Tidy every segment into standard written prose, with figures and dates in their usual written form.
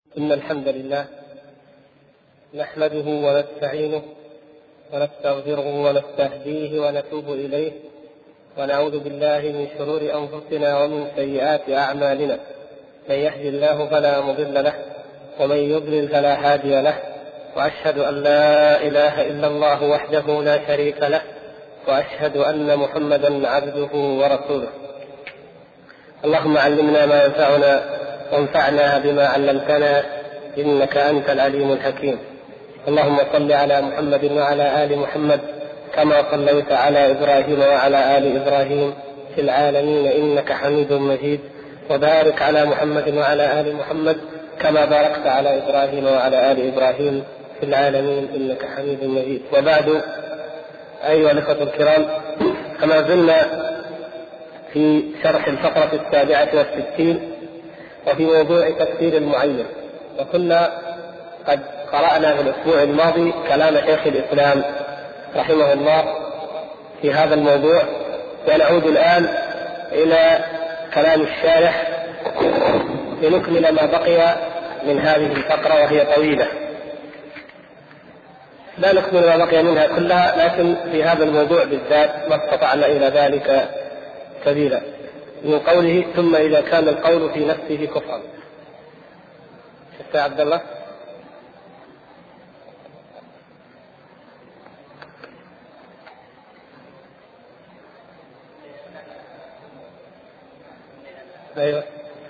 إن الحمد لله نحمده ونستعينه ونستغفره ونستهديه ونتوب إليه، ونعوذ بالله من شرور أنفسنا ومن سيئات أعمالنا. من يهد الله فلا مضل له ومن يضلل فلا هادي له، وأشهد أن لا إله إلا الله وحده لا شريك له، وأشهد أن محمدا عبده ورسوله. اللهم علمنا ما ينفعنا وانفعنا بما علمتنا إنك أنت العليم الحكيم. اللهم صل على محمد وعلى آل محمد كما صليت على إبراهيم وعلى آل إبراهيم في العالمين إنك حميد مجيد، وبارك على محمد وعلى آل محمد كما باركت على إبراهيم وعلى آل إبراهيم في العالمين إنك حميد مجيد. وبعد، أيها الإخوة الكرام، كما زلنا في شرح الفقرة 67 وفي موضوع تفسير المعين، وكنا قد قرأنا في الأسبوع الماضي كلام شيخ الإسلام رحمه الله في هذا الموضوع، ونعود الآن إلى كلام الشارح لنكمل ما بقي من هذه الفقرة وهي طويلة. لا نكمل ما بقي منها كلها، لكن في هذا الموضوع بالذات ما استطعنا إلى ذلك سبيلا. من قوله: ثم إذا كان القول في نفسه كفرا. شفت يا عبد الله؟ أيوة.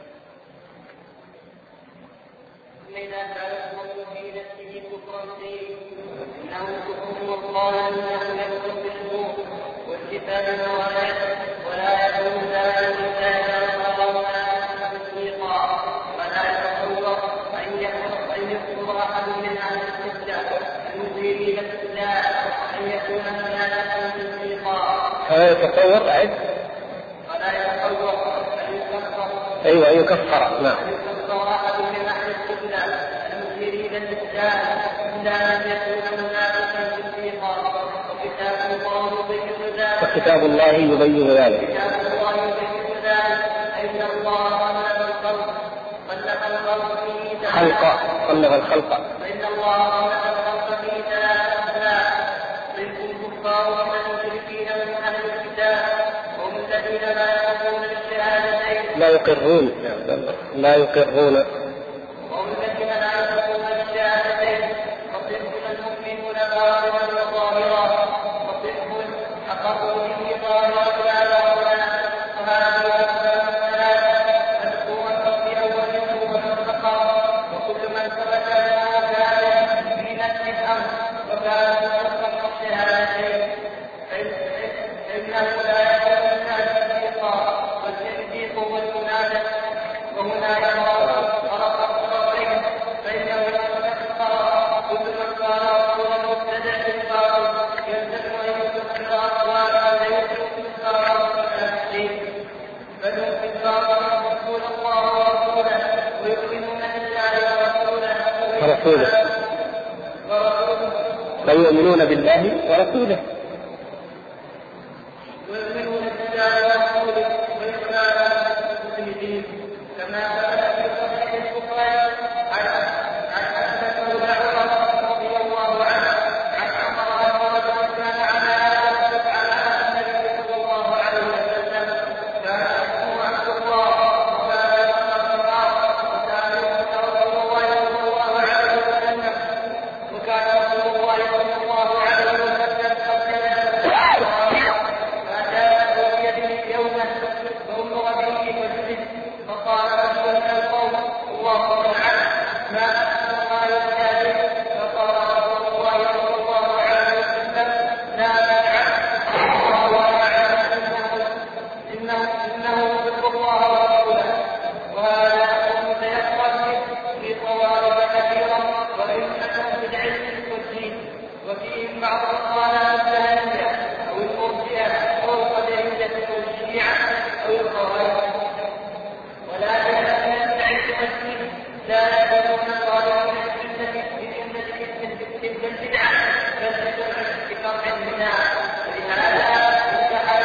ولا يكون لا الإنسان ولا تصديقا، ولا يتصور أن يكفر أحد من أهل الاستبداء المثيرين للابتداع أن يكون هناك تصديقا. ولا يتصور ولا يتصور أن يكفر. أيوة، أن يكفر. نعم. أن يكفر أحد من أهل الاستبداء المثيرين للابتداع إلا أن يكون هناك تصديقا. وكتاب الله يبين ذلك. خلق الخلق. فإن الله خلق الخلق في ثلاثة أسماء: منهم الكفار والمشركين من أهل الكتاب، وهم الذين لا يقرون بالشهادتين. لا يقرون. وهم الذين لا يقرون بالشهادتين، وصدق المؤمنون ظاهرا وظاهرا، وصدق أقروا به ظاهرا لا ظاهرا. وهذه الأسماء الثلاثة مذكورة في أول سورة البقرة، وكل من ثبت له كان في نفس الأمر وكان يصدق الشهادتين فإنه لا يكون الناس تصديقا، والتصديق والمنادى. وهنا يرى فرق الصورين، فإنه يتذكر كل من قال رسول المبتدع بالباطل يلزم أن يكفر أقوالا ليس كفارا بالتحديد، بل في الباطل يكفرون الله ورسوله ويؤمنون بالله ورسوله ويؤمنون بالله ورسوله ويقنعون المسلمين، كما ثبت في صحيح البخاري عن أنس مولى عمر رضي الله عنه عن عمر أن رجلا كان على النبي صلى الله عليه وسلم، كان اسمه عبد الله، وكان يقرأ القرآن، وكان يقرأ رسول الله صلى الله عليه وسلم، وكان رسول الله صلى الله عليه وسلم فأتاه بيده يوما فأمر به فسجد، فقال رجل من القوم: اللهم عنه ما أحسن ما يرجى به. فقال رسول الله صلى الله عليه وسلم: لا مانع، الله أعلم إنه يحب الله ورسوله. وهذا أمر سيقرأ في طوائف كثيرة وإنهم في العلم والدين، وفيهم بعض القالات الجهمية أو المرجئة أو القدرية أو الشيعة أو الخوارج. ولكن أهل العلم والدين لا يكونون قادرين تلك البدعة، بل تكون بقطع منها. ولهذا انتحل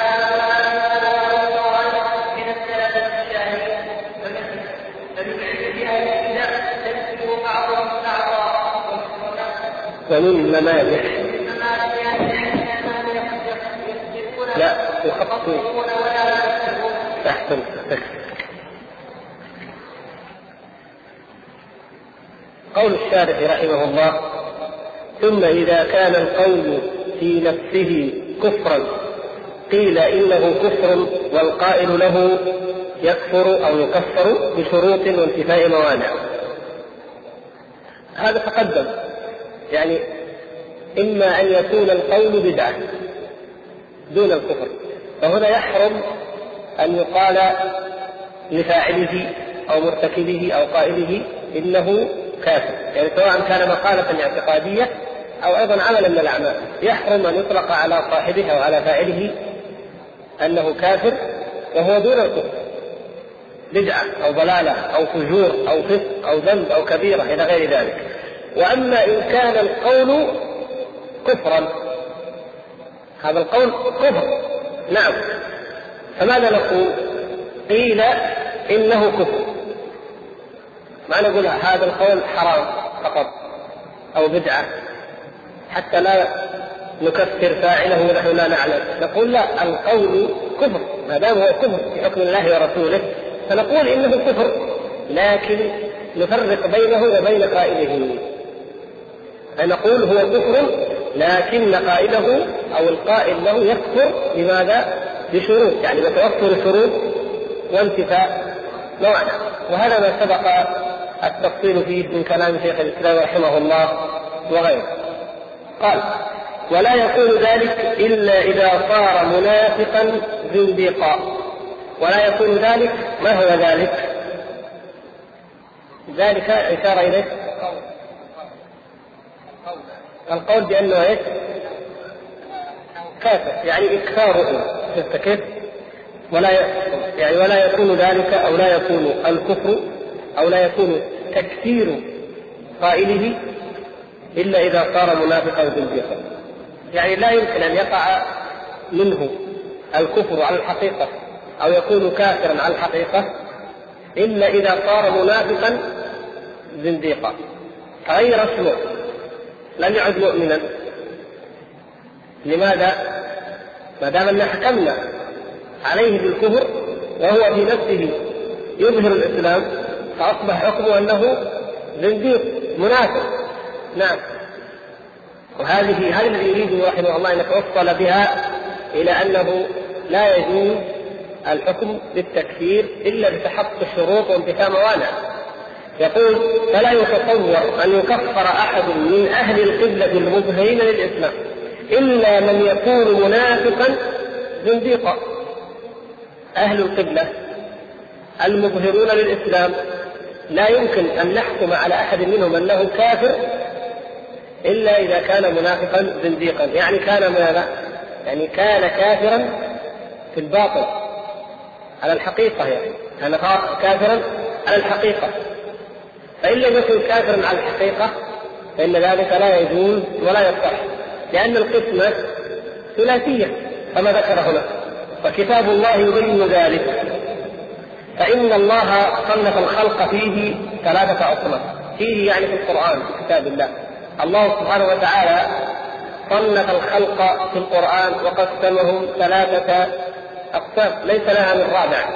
هؤلاء من السلف الشاهدين، فمن علم أهل البدع تنزل ومن ممادح لا يخطئون أحسن. قول الشارح رحمه الله: ثم إذا كان القول في نفسه كفرا قيل إنه كفر والقائل له يكفر أو يكفر بشروط وانتفاء موانع. هذا تقدم، يعني إما أن يكون القول بدعة دون الكفر، فهنا يحرم أن يقال لفاعله أو مرتكبه أو قائله إنه كافر، يعني سواء كان مقالة اعتقادية أو أيضا عملا من الأعمال، يحرم أن يطلق على صاحبه أو على فاعله أنه كافر وهو دون الكفر، بدعة أو ضلالة أو فجور أو فسق أو ذنب أو كبيرة إلى غير ذلك. وأما إن كان القول كفرا، هذا القول كفر نعم، فماذا نقول؟ قيل إنه كفر، ما نقول هذا القول حرام فقط أو بدعة حتى لا نكفر فاعله ونحن لا نعلم، نقول لا، القول كفر ما دام هو كفر في حكم الله ورسوله فنقول إنه كفر، لكن نفرق بينه وبين قائله، فنقول هو كفر لكن قائله أو القائل له يكفر. لماذا؟ بشروط، يعني بتوفر شروط وانتفاء موانع، وهذا ما سبق التفصيل فيه من كلام شيخ الإسلام رحمه الله وغيره. قال: ولا يكون ذلك إلا إذا صار منافقا زنديقا. ولا يكون ذلك، ما هو ذلك؟ ذلك إشارة إليه القول بأنه إيه؟ كافر، يعني إكثاره كيف؟ ولا يكون ذلك أو لا يكون الكفر أو لا يكون تكفير قائله إلا إذا صار منافقا زنديقا، يعني لا يمكن أن يقع منه الكفر على الحقيقة أو يكون كافرا على الحقيقة إلا إذا صار منافقا زنديقا، غير اسمه، لم يعد مؤمنا. لماذا؟ ما دام أن حكمنا عليه بالكفر وهو في نفسه يظهر الإسلام فأصبح حكمه أنه زنديق منافق. نعم، وهذه الذي يريد رحمه الله أن يتوصل بها إلى أنه لا يجوز الحكم بالتكفير إلا بتحقق الشروط وانتفاء موانع. يقول: فلا يتصور أن يكفر أحد من أهل القبلة المظهرين للإسلام إلا من يكون منافقا زنديقا. أهل القبلة المظهرون للإسلام لا يمكن أن نحكم على أحد منهم أنه كافر إلا إذا كان منافقا زنديقا، يعني كان ماذا؟ يعني كان كافرا في الباطن على الحقيقة، يعني كان كافرا على الحقيقة. فإن لم يكن كافرا على الحقيقة فإن ذلك لا يجوز ولا يصح، لأن القسمة ثلاثية كما ذكر هنا، وكتاب الله يبين ذلك. فإن الله صنف الخلق فيه ثلاثة أصناف، فيه يعني في القرآن في كتاب الله. الله سبحانه وتعالى صنف الخلق في القرآن وقسمهم ثلاثة أقسام ليس لها من رابع.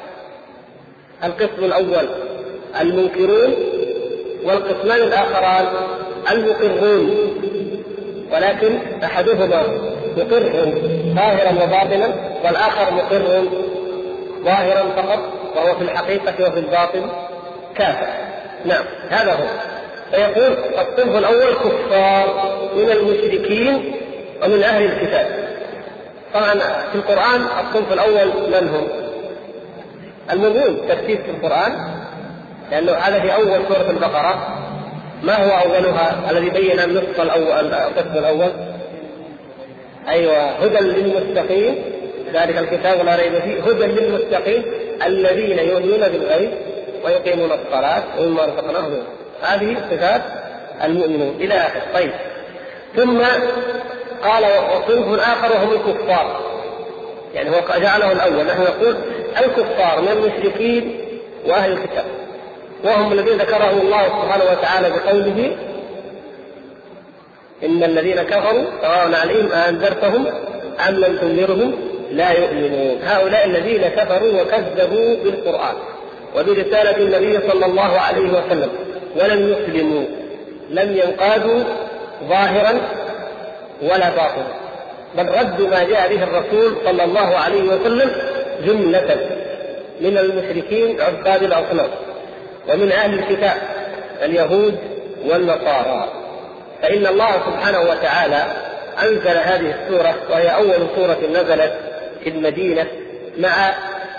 القسم الأول المنكرون، والقسمان الآخران المقرون، ولكن أحدهما مقر ظاهرا وباطنا والآخر مقر ظاهرا فقط وهو في الحقيقة وفي الباطن كافر. نعم، هذا هو. فيقول الصنف الأول كفار من المشركين ومن أهل الكتاب. طبعا في القرآن الصنف الأول من هم؟ المؤمنون، ترتيب في القرآن، لأنه هذا في أول سورة البقرة. ما هو أولها الذي بين النصف الأول القسم الأول؟ أيوة، هدى للمتقين، ذلك الكتاب لا ريب فيه، هدى للمتقين الذين يؤمنون بالغيب ويقيمون الصلاة ومما رزقناهم. هذه صفات المؤمنون إلى آخر. طيب، ثم قال وصنف آخر وهم الكفار، يعني هو جعله الأول. نحن نقول الكفار من المشركين وأهل الكتاب، وهم الذين ذكرهم الله سبحانه وتعالى بقوله إن الذين كفروا سواء عليهم أنذرتهم أم لم تنذرهم لا يؤمنون. هؤلاء الذين كفروا وكذبوا بالقرآن وبرسالة النبي صلى الله عليه وسلم ولم يسلموا، لم ينقادوا ظاهرا ولا باطنا، بل ردوا ما جاء به الرسول صلى الله عليه وسلم جملة من المشركين عباد الأصنام ومن أهل الكتاب اليهود والنصارى. فإن الله سبحانه وتعالى أنزل هذه السورة وهي أول سورة نزلت في المدينة مع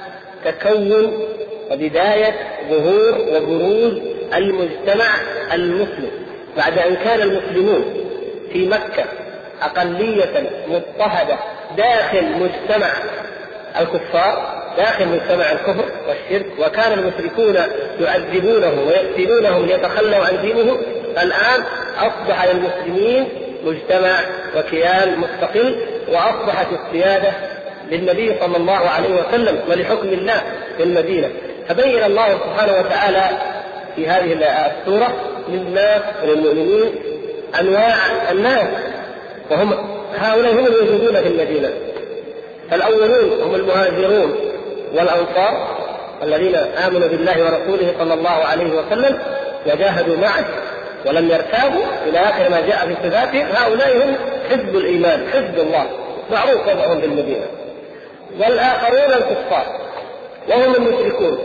تكون وبداية ظهور وبروز المجتمع المسلم، بعد أن كان المسلمون في مكة أقلية مضطهدة داخل مجتمع الكفار، داخل مجتمع الكفر والشرك، وكان المشركون يعذبونهم ويقتلونهم ليتخلوا عن دينهم. الآن أصبح للمسلمين مجتمع وكيان مستقل، وأصبحت السيادة للنبي صلى الله عليه وسلم ولحكم الله في المدينة. فبين الله سبحانه وتعالى في هذه السورة للناس وللمؤمنين أنواع الناس، وهم هؤلاء هم الموجودون في المدينة. فالأولون هم المهاجرون والأنصار الذين آمنوا بالله ورسوله صلى الله عليه وسلم وجاهدوا معه ولم يرتابوا إلى آخر ما جاء في صفاتهم. هؤلاء هم حزب الإيمان، حزب الله، معروف وضعهم في المدينة. والآخرون الكفار وهم المشركون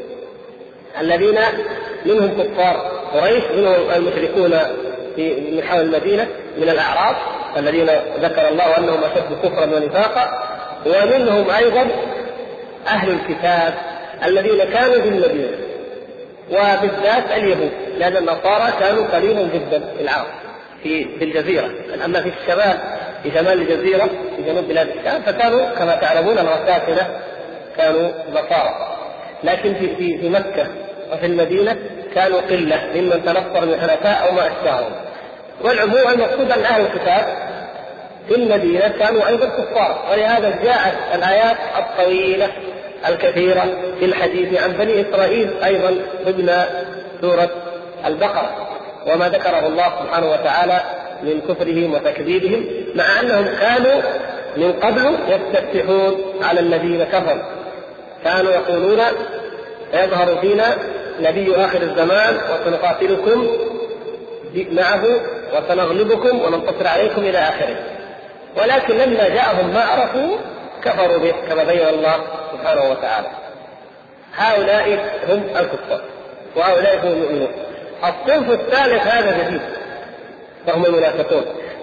الذين منهم كفار قريش، منهم المشركون من حول المدينة من الأعراب الذين ذكر الله أنهم أشد كفرا ونفاقا، ومنهم أيضا أهل الكتاب الذين كانوا في المدينة، وبالذات اليهود، لأن النصارى كانوا قليلا جدا في العرب في الجزيرة. أما في الشمال في شمال الجزيرة في جنوب بلاد الشام فكانوا كما تعلمون الغساسنة كانوا نصارى، لكن في مكة وفي المدينة كانوا قلة ممن تنصر من حنفاء أو ما أشبههم. والعموم المقصود أن أهل الكتاب في المدينة كانوا أيضا كفار، ولهذا جاءت الآيات الطويلة الكثيرة في الحديث عن بني إسرائيل أيضا ضمن سورة البقرة، وما ذكره الله سبحانه وتعالى من كفرهم وتكذيبهم، مع أنهم كانوا من قبل يستفتحون على الذين كفروا، كانوا يقولون يظهر فينا نبي آخر الزمان وسنقاتلكم معه وسنغلبكم وننتصر عليكم إلى آخره. ولكن لما جاءهم ما عرفوا كفروا به كما بين الله سبحانه وتعالى. هؤلاء هم الكفار وهؤلاء هم المؤمنون. الصنف الثالث هذا جديد وهم المنافقون.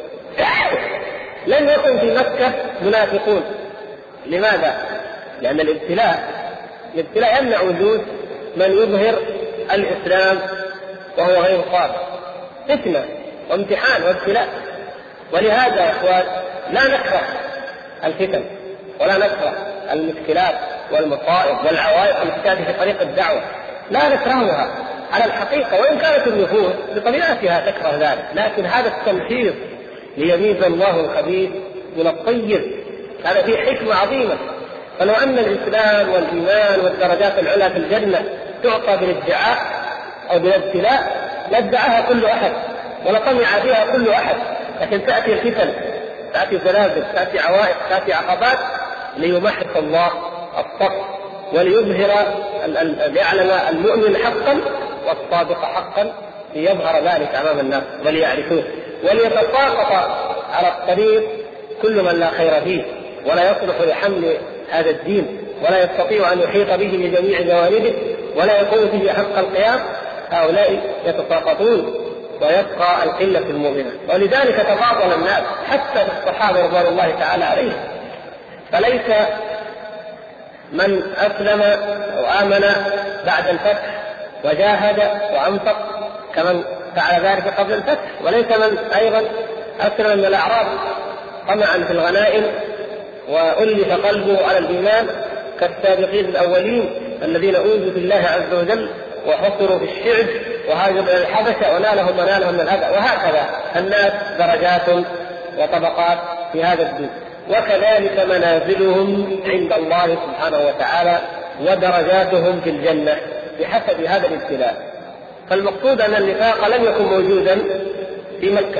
لم يكن في مكة منافقون. لماذا؟ لأن الابتلاء يمنع وجود من يظهر الإسلام وهو غير صادق، فتنة وامتحان وابتلاء. ولهذا يا إخوان لا نكره الفتن ولا نكره المشكلات والمصائب والعوائق التي في طريق الدعوة، لا نكرهها على الحقيقة، وإن كانت النفوس بطبيعتها تكره ذلك، لكن هذا التمحيص ليميز الله الخبيث من الطيب، هذا فيه حكمة عظيمة. فلو أن الإسلام والإيمان والدرجات العلى في الجنة تعطى بالادعاء أو بالابتلاء لادعاها كل أحد ولطمع بها كل أحد، لكن تأتي الفتن، تأتي الزلازل، تأتي عوائق، تأتي عقبات ليمحص الله الصف وليظهر ليعلم المؤمن حقا والصادق حقا، ليظهر ذلك أمام الناس وليعرفوه، وليتساقط على الطريق كل من لا خير فيه ولا يصلح لحمل هذا الدين ولا يستطيع أن يحيط به من جميع جوانبه ولا يكون فيه حق القيام. هؤلاء يتساقطون ويبقى القلة المؤمنة. ولذلك تفاضل الناس حتى الصحابة رضوان الله تعالى عليهم، فليس من أسلم وآمن بعد الفتح وجاهد وأنفق كمن فعل ذلك قبل الفتح، وليس من أيضا أسلم من الأعراب طمعا في الغنائم وألف قلبه على الإيمان كالسابقين الأولين الذين أوذوا في الله عز وجل وحصروا في الشعب وهاجروا إلى الحبشة ونالهم من الأذى. وهكذا الناس درجات وطبقات في هذا الدين، وكذلك منازلهم عند الله سبحانه وتعالى ودرجاتهم في الجنة بحسب هذا الابتلاء. فالمقصود أن النفاق لم يكن موجودا في مكة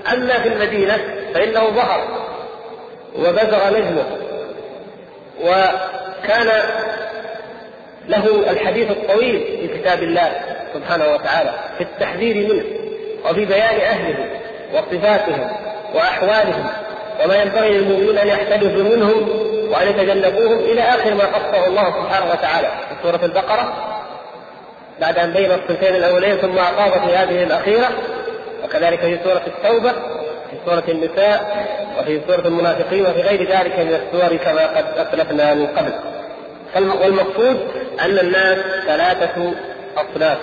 أما في المدينة فإنه ظهر وبزغ نجمه، وكان له الحديث الطويل في كتاب الله سبحانه وتعالى في التحذير منه وفي بيان أهله وصفاتهم وأحوالهم وما ينبغي للمؤمنين أن يحترزوا منهم وأن يتجنبوهم إلى آخر ما قصه الله سبحانه وتعالى في سورة البقرة بعد أن بين الصنفين الأولين ثم أعقاب في هذه الأخيرة، وكذلك في سورة التوبة، في سورة النساء، وفي سورة المنافقين، وفي غير ذلك من السور كما قد أسلفنا من قبل. والمقصود أن الناس ثلاثة أصناف: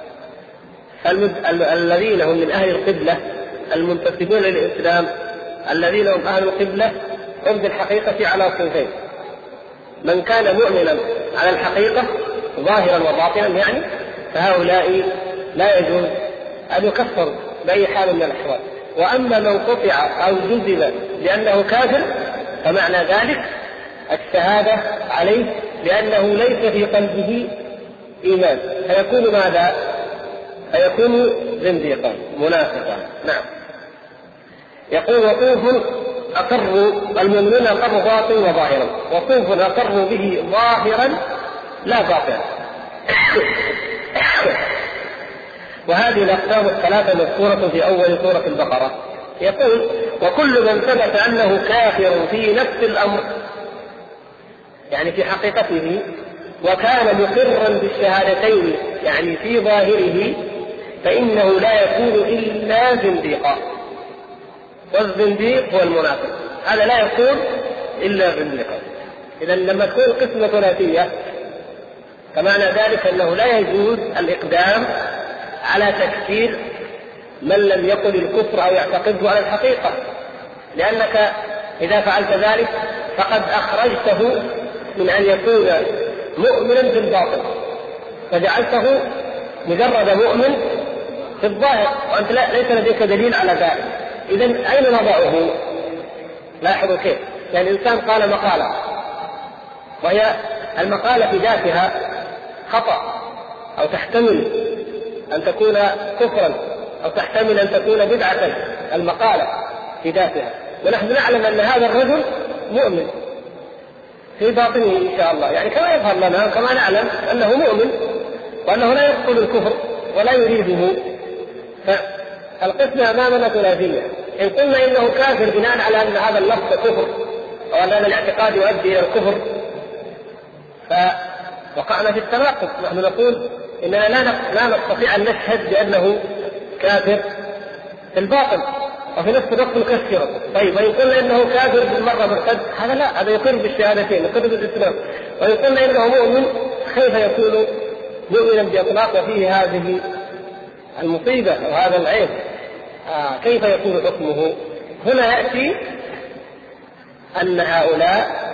الذين هم من أهل القبلة المنتسبون للإسلام، الذين هم أهل القبلة هم في الحقيقة على صنفين: من كان مؤمنا على الحقيقة ظاهرا وباطنا يعني، فهؤلاء لا يجوز أن يكفروا بأي حال من الأحوال. وأما من قطع أو جزم بأنه كافر فمعنى ذلك الشهادة عليه لأنه ليس في قلبه إيمان، فيكون ماذا؟ فيكون زنديقا منافقا. نعم. يقول: وصوف أقروا المؤمنون أقروا باطنا وظاهرا، وصوف أقروا به ظاهرا لا باطنا. وهذه الأقسام الثلاثة مذكورة في أول سورة البقرة. يقول: وكل من ثبت أنه كافر في نفس الأمر يعني في حقيقته وكان مقرا بالشهادتين يعني في ظاهره فإنه لا يكون إلا زنديقا. والزنديق هو المنافق، هذا لا يكون إلا زنديقا. إذن لما تكون قسمة ثلاثية فمعنى ذلك أنه لا يجوز الإقدام على تكفير من لم يقل الكفر أو يعتقده على الحقيقة، لأنك إذا فعلت ذلك فقد أخرجته من أن يكون مؤمنا بالباطل فجعلته مجرد مؤمن في الظاهر وأنت ليس لديك دليل على ذلك. إذن أين نضعه؟ لاحظوا كيف، يعني الإنسان قال مقالة وهي المقالة في ذاتها خطأ أو تحتمل أن تكون كفرا أو تحتمل أن تكون بدعة، المقالة في ذاتها، ونحن نعلم أن هذا الرجل مؤمن في باطنه إن شاء الله، يعني كما يظهر لنا كما نعلم أنه مؤمن وأنه لا يقصد الكفر ولا يريده. فالقسمة أمامنا ثلاثية: إن قلنا إنه كافر بناء على أن هذا اللفظ كفر أو أن الاعتقاد يؤدي إلى الكفر فوقعنا في التناقض. نحن نقول إننا لا نستطيع أن نشهد بأنه كافر في الباطن وفي نفس الوقت نكفره. طيب وإن قلنا إنه كافر بالمرة مرتد، هذا لا، هذا يقر بالشهادتين، يقر بالإسلام. وإن قلنا إنه مؤمن كيف يكون مؤمنا بإطلاق وفيه هذه المصيبة وهذا العيب؟ كيف يكون حكمه؟ هنا يأتي أن هؤلاء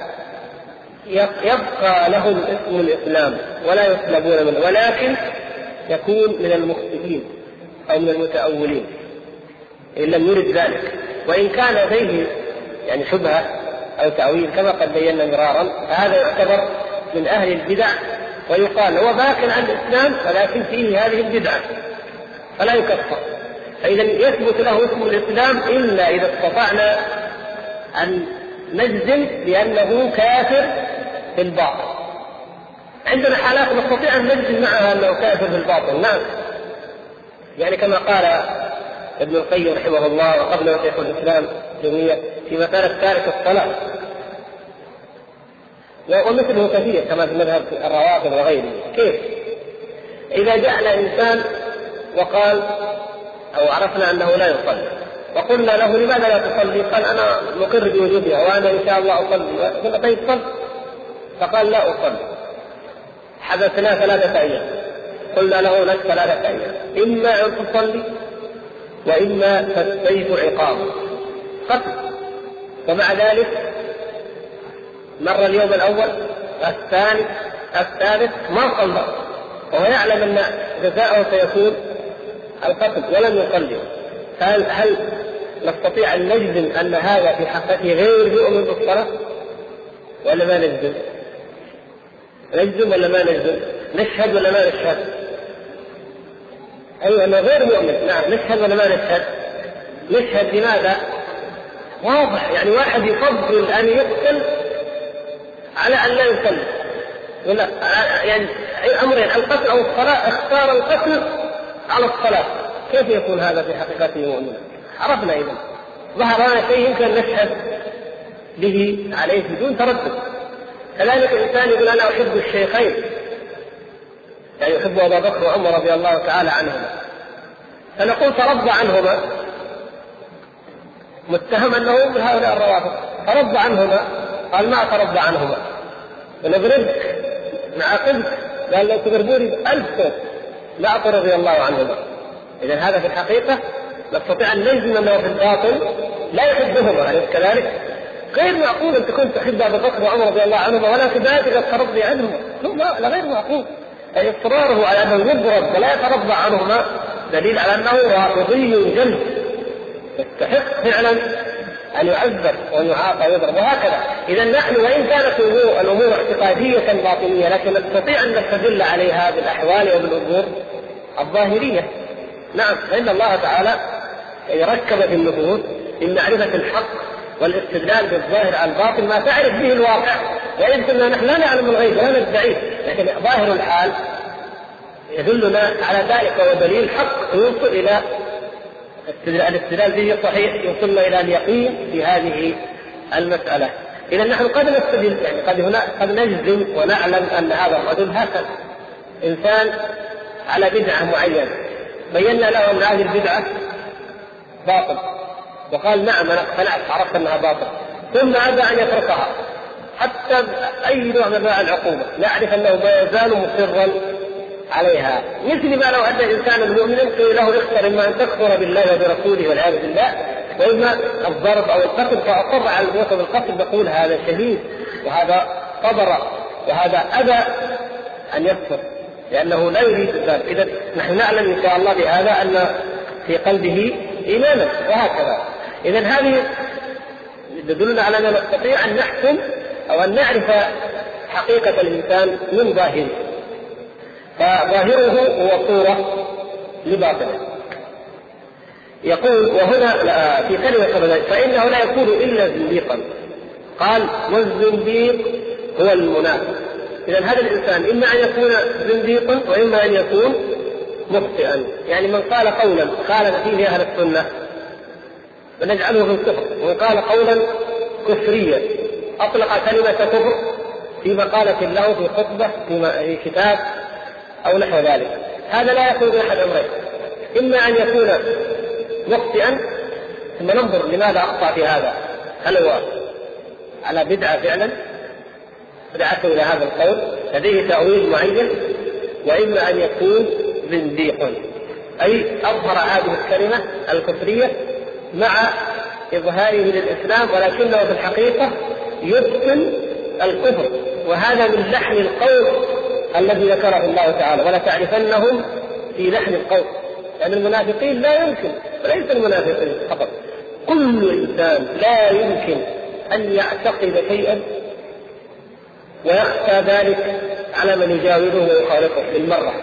يبقى لهم اسم الإسلام ولا يسلبون منه، ولكن يكون من المخطئين أو من المتأولين إن لم يرد ذلك. وإن كان فيه يعني شبهة أو تأويل كما قد بينا مرارا فهذا يعتبر من أهل البدع، ويقال هو باق عن الإسلام ولكن فيه هذه البدعة فلا يكفر. فإذا يثبت له اسم الإسلام إلا إذا استطعنا أن نجزم بأنه كافر في الباطل. عندنا حالات نستطيع أن نجزم معها أنه كافر في الباطل، نعم، يعني كما قال ابن القيم رحمه الله وقبله شيخ الإسلام تيمية في مسألة تارك الصلاة، ومثله كثير كما في مذهب الروافض وغيره. كيف؟ إذا جاءنا إنسان وقال أو عرفنا أنه لا يصلي وقلنا له لماذا لا تصلي؟ قال أنا مقر بوجوبها وأنا إن شاء الله أصلي. قلنا طيب صل، فقال لا أصلي. حدثنا 3 أيام، قلنا له لك 3 أيام، إما أن تصلي وإما تستيف عقاب قتل. ومع ذلك مر اليوم الأول الثاني الثالث ما صلى وهو يعلم أن جزاءه سيكون القتل ولم يصلي. هل نستطيع أن نجزم أن هذا في حقيقته غير يؤمن بالصلاة ولا ما نجزم؟ نجزم ولا ما نجزم؟ نشهد ولا ما نشهد؟ أيوة أنه غير مؤمن، نعم، نشهد ولا ما نشهد؟ نشهد لماذا؟ واضح، يعني واحد يفضل أن يقتل على أن لا يصلي، ولا يعني أمرين، القتل أو الصلاة، اختار القتل على الصلاة. كيف يكون هذا في حقيقته مؤمنا؟ عرفنا إذن ظهر لنا شيء يمكن نشهد به عليه بدون تردد. كذلك الإنسان يقول أنا أحب الشيخين، يعني يحب أبا بكر وعمر رضي الله تعالى عنهما، فنقول ترضى عنهما، متهم أنه من هؤلاء الروافض، ترضى عنهما، قال ما ترضى عنهما، ونضربك نعاقبك، قال لو تضربوني 1000 صوت لا أقول رضي الله عنهما. إذن هذا في الحقيقة نستطيع أن نجزم أنه في الباطن لا يحبهما، أليس كذلك؟ غير معقول أن تكون تحب أبا بكر وعمر رضي الله عنهما ولا كذلك ترضي عنهما، لا غير معقول. أي إصراره على أنه يضرب ولا يترضى عنهما دليل على أنه رافضي جلد يستحق فعلا أن يعذب وأن يعاقب ويضرب، وهكذا. إذا نحن وإن كانت الأمور اعتقادية باطنية لكن نستطيع أن نستدل عليها بالأحوال وبالأمور الظاهرية. نعم، فإن الله تعالى ركب في النفوس من معرفة الحق والاستدلال بالظاهر على الباطن ما تعرف به الواقع، وإن كنا نحن لا نعلم الغيب ولا ندعيه، لكن ظاهر الحال يدلنا على ذلك، ودليل حق يوصل إلى الاستدلال به صحيح، يوصلنا إلى اليقين في هذه المسألة. إذا نحن قد نستدل، يعني قد نجزم ونعلم أن هذا الرجل هكذا إنسان على بدعة معينة، بينا له أن هذه البدعة باطل، وقال نعم أنا اقتنعت عرفت أنها باطل، ثم أبى أن يتركها حتى أي نوع من أنواع العقوبة، نعرف أنه ما يزال مصرا عليها. مثل ما لو أن الإنسان المؤمن قيل له اختر إما أن تكفر بالله وبرسوله والعياذ بالله، وإما الضرب أو القتل، فأصر على الموت بالقتل، نقول هذا شهيد وهذا صبر وهذا أبى أن يكفر لأنه لا يريد ذلك. إذا نحن نعلم إن شاء الله بهذا أن في قلبه إيمانا، وهكذا. إذا هذه يدلنا على أننا نستطيع أن نحكم أو أن نعرف حقيقة الإنسان من ظاهره، فظاهره هو صورة لباطنه. يقول وهنا في كلمة فإنه لا يكون إلا زنديقا، قال والزنديق هو المنافق. إذا هذا الإنسان إما أن يكون زنديقا وإما أن يكون مخطئا، يعني من قال قولا خالف فيه أهل السنة فنجعله في الكفر، ومن قال قولا كفريا أطلق كلمة كفر في مقالة له في خطبة في كتاب أو نحو ذلك، هذا لا يكون بأحد أمرين، إما أن يكون مخطئا ثم ننظر لماذا أخطأ في هذا، هل هو على بدعة فعلا دعته إلى هذا القول لديه تأويل معين، وإما أن يكون زنديق أي أظهر هذه الكلمة الكفرية مع إظهاره للإسلام ولكنه في الحقيقة يبطن الكفر، وهذا من لحن القول الذي ذكره الله تعالى ولا تعرفنهم في لحن القول، لأن المنافقين لا يمكن، وليس المنافقين فقط، كل إنسان لا يمكن أن يعتقد شيئا ويخفى ذلك على من يجاوره ويخالفه بالمرة،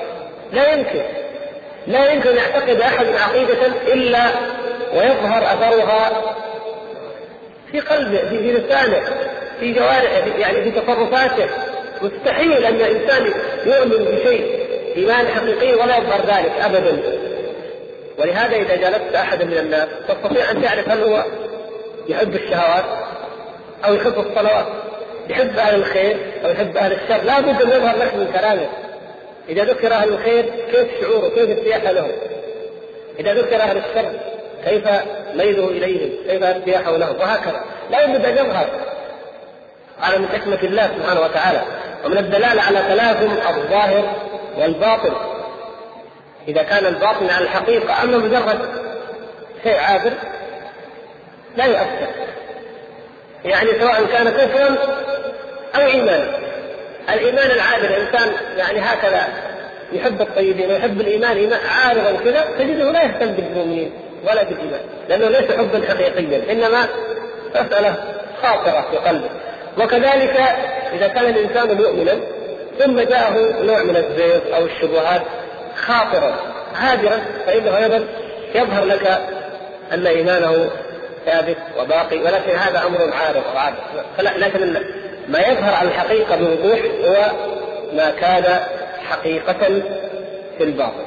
لا يمكن يعتقد أحد عقيدة إلا ويظهر أثرها في قلبه، في لسانه، في جوارحه، يعني في تصرفاته. مستحيل أن الإنسان يؤمن بشيء إيمان حقيقي ولا يظهر ذلك أبدا. ولهذا إذا جالست أحد من الناس تستطيع أن تعرف هل هو يحب الشهوات أو يحب الصلوات، يحب أهل الخير أو يحب أهل الشر، لا بد أن يظهر لك من كلامه. إذا ذكر أهل الخير كيف شعوره، كيف ارتياحه لهم، إذا ذكر أهل الشر كيف ميله إليهم، كيف ارتياحه لهم، وهكذا. لا يجب أن يظهر على من حكمة الله سبحانه وتعالى، ومن الدلالة على تلازم الظاهر والباطن. إذا كان الباطن على الحقيقة أما مجرد شيء عابر لا يؤثر، يعني سواء كان كفرا أو إيمانا. الإيمان العابر الإنسان يعني هكذا يحب الطيبين ويحب الإيمان إيمان عارضا كذا، تجده لا يهتم بالمؤمنين ولا بالإيمان، لأنه ليس حبا حقيقيا، إنما مسألة خاطرة في قلبه. وكذلك إذا كان الإنسان مؤمنا ثم جاءه نوع من الزيغ أو الشبهات خاطرا عابرا، فإنه أيضا يظهر لك أن إيمانه ثابت وباقي، ولكن هذا أمر عارض وعادة. لكن ما يظهر على الحقيقة بوضوح هو ما كان حقيقة في الباطن.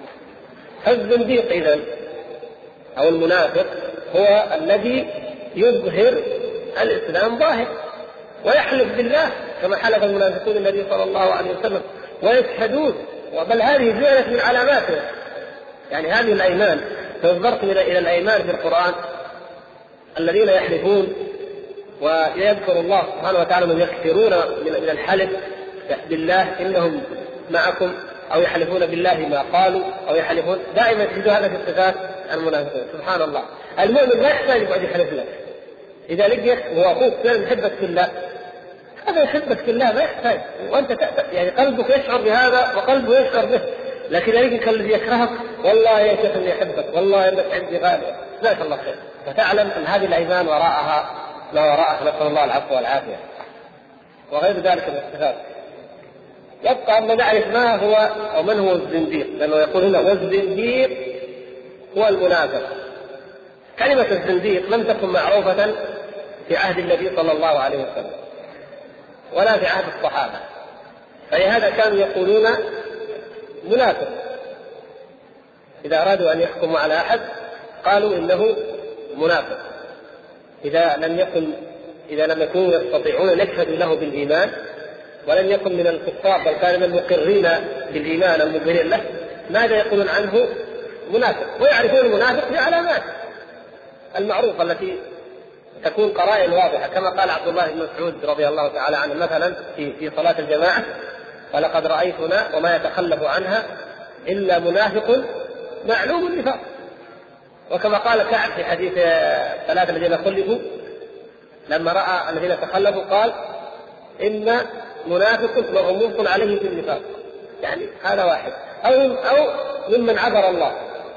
الزنديق إذن أو المنافق هو الذي يظهر الإسلام ظاهر ويحلف بالله كما حلف المنافقون النبي صلى الله عليه وسلم ويشهدون، بل هذه جعلت من علاماته. يعني هذه الأيمان، فنظرت إلى الأيمان في القرآن الذين يحلفون ويذكر الله سبحانه وتعالى من يكثرون من الحلف بالله إنهم معكم، أو يحلفون بالله ما قالوا، أو يحلفون دائما تجد هذا في صفات المنافقين. سبحان الله، المؤمن لا يحتاج أن يحلف لك إذا لقيت هو أخوك يحبك في الله، هذا يحبك في الله ما يحتاج، وأنت يعني قلبك يشعر بهذا وقلبه يشعر به. لكن يجيك الذي يكرهك والله يا شيخ اني احبك والله انك عندي غالي، جزاك الله خير، فتعلم ان هذه الايمان وراءها لا وراءها، نسال الله العفو والعافيه وغير ذلك من الصفات. يبقى ان نعرف ما هو او من هو الزنديق، لانه يقول هنا والزنديق هو المنافق. كلمه الزنديق لم تكن معروفه في عهد النبي صلى الله عليه وسلم ولا في عهد الصحابه، فلهذا كانوا يقولون منافق. إذا أرادوا أن يحكموا على أحد قالوا إنه منافق، إذا لم يكونوا يستطيعون أن يشهدوا له بالإيمان ولم يكن من الكفار بل كان من المقرين بالإيمان المظهرين له، ماذا يقولون عنه؟ منافق. ويعرفون المنافق بعلامات المعروفة التي تكون قرائن واضحة، كما قال عبد الله بن مسعود رضي الله تعالى عنه مثلا في صلاة الجماعة: فلقد رأيتنا وما يتخلف عنها إلا منافق معلوم النفاق. وكما قال كعب في حديث ثلاثة الذين خلفوا لما رأى الذين تخلفوا قال: إن منافق مغموس عليه في النفاق. يعني هذا واحد، أو ممن عبر الله،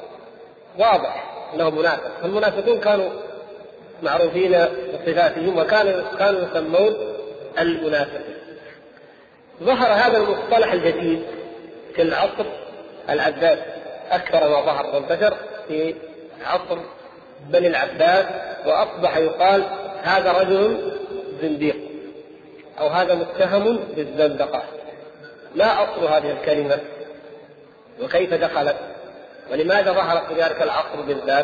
واضح أنه منافق. فالمنافقون كانوا معروفين بصفاتهم وكانوا يسمون المنافقين. ظهر هذا المصطلح الجديد في العصر العباسي أكثر ما ظهر وانتشر في عصر بني العباس، وأصبح يقال هذا رجل زنديق أو هذا متهم بالزندقة. ما أصل هذه الكلمة وكيف دخلت ولماذا ظهرت في ذلك العصر بالذات؟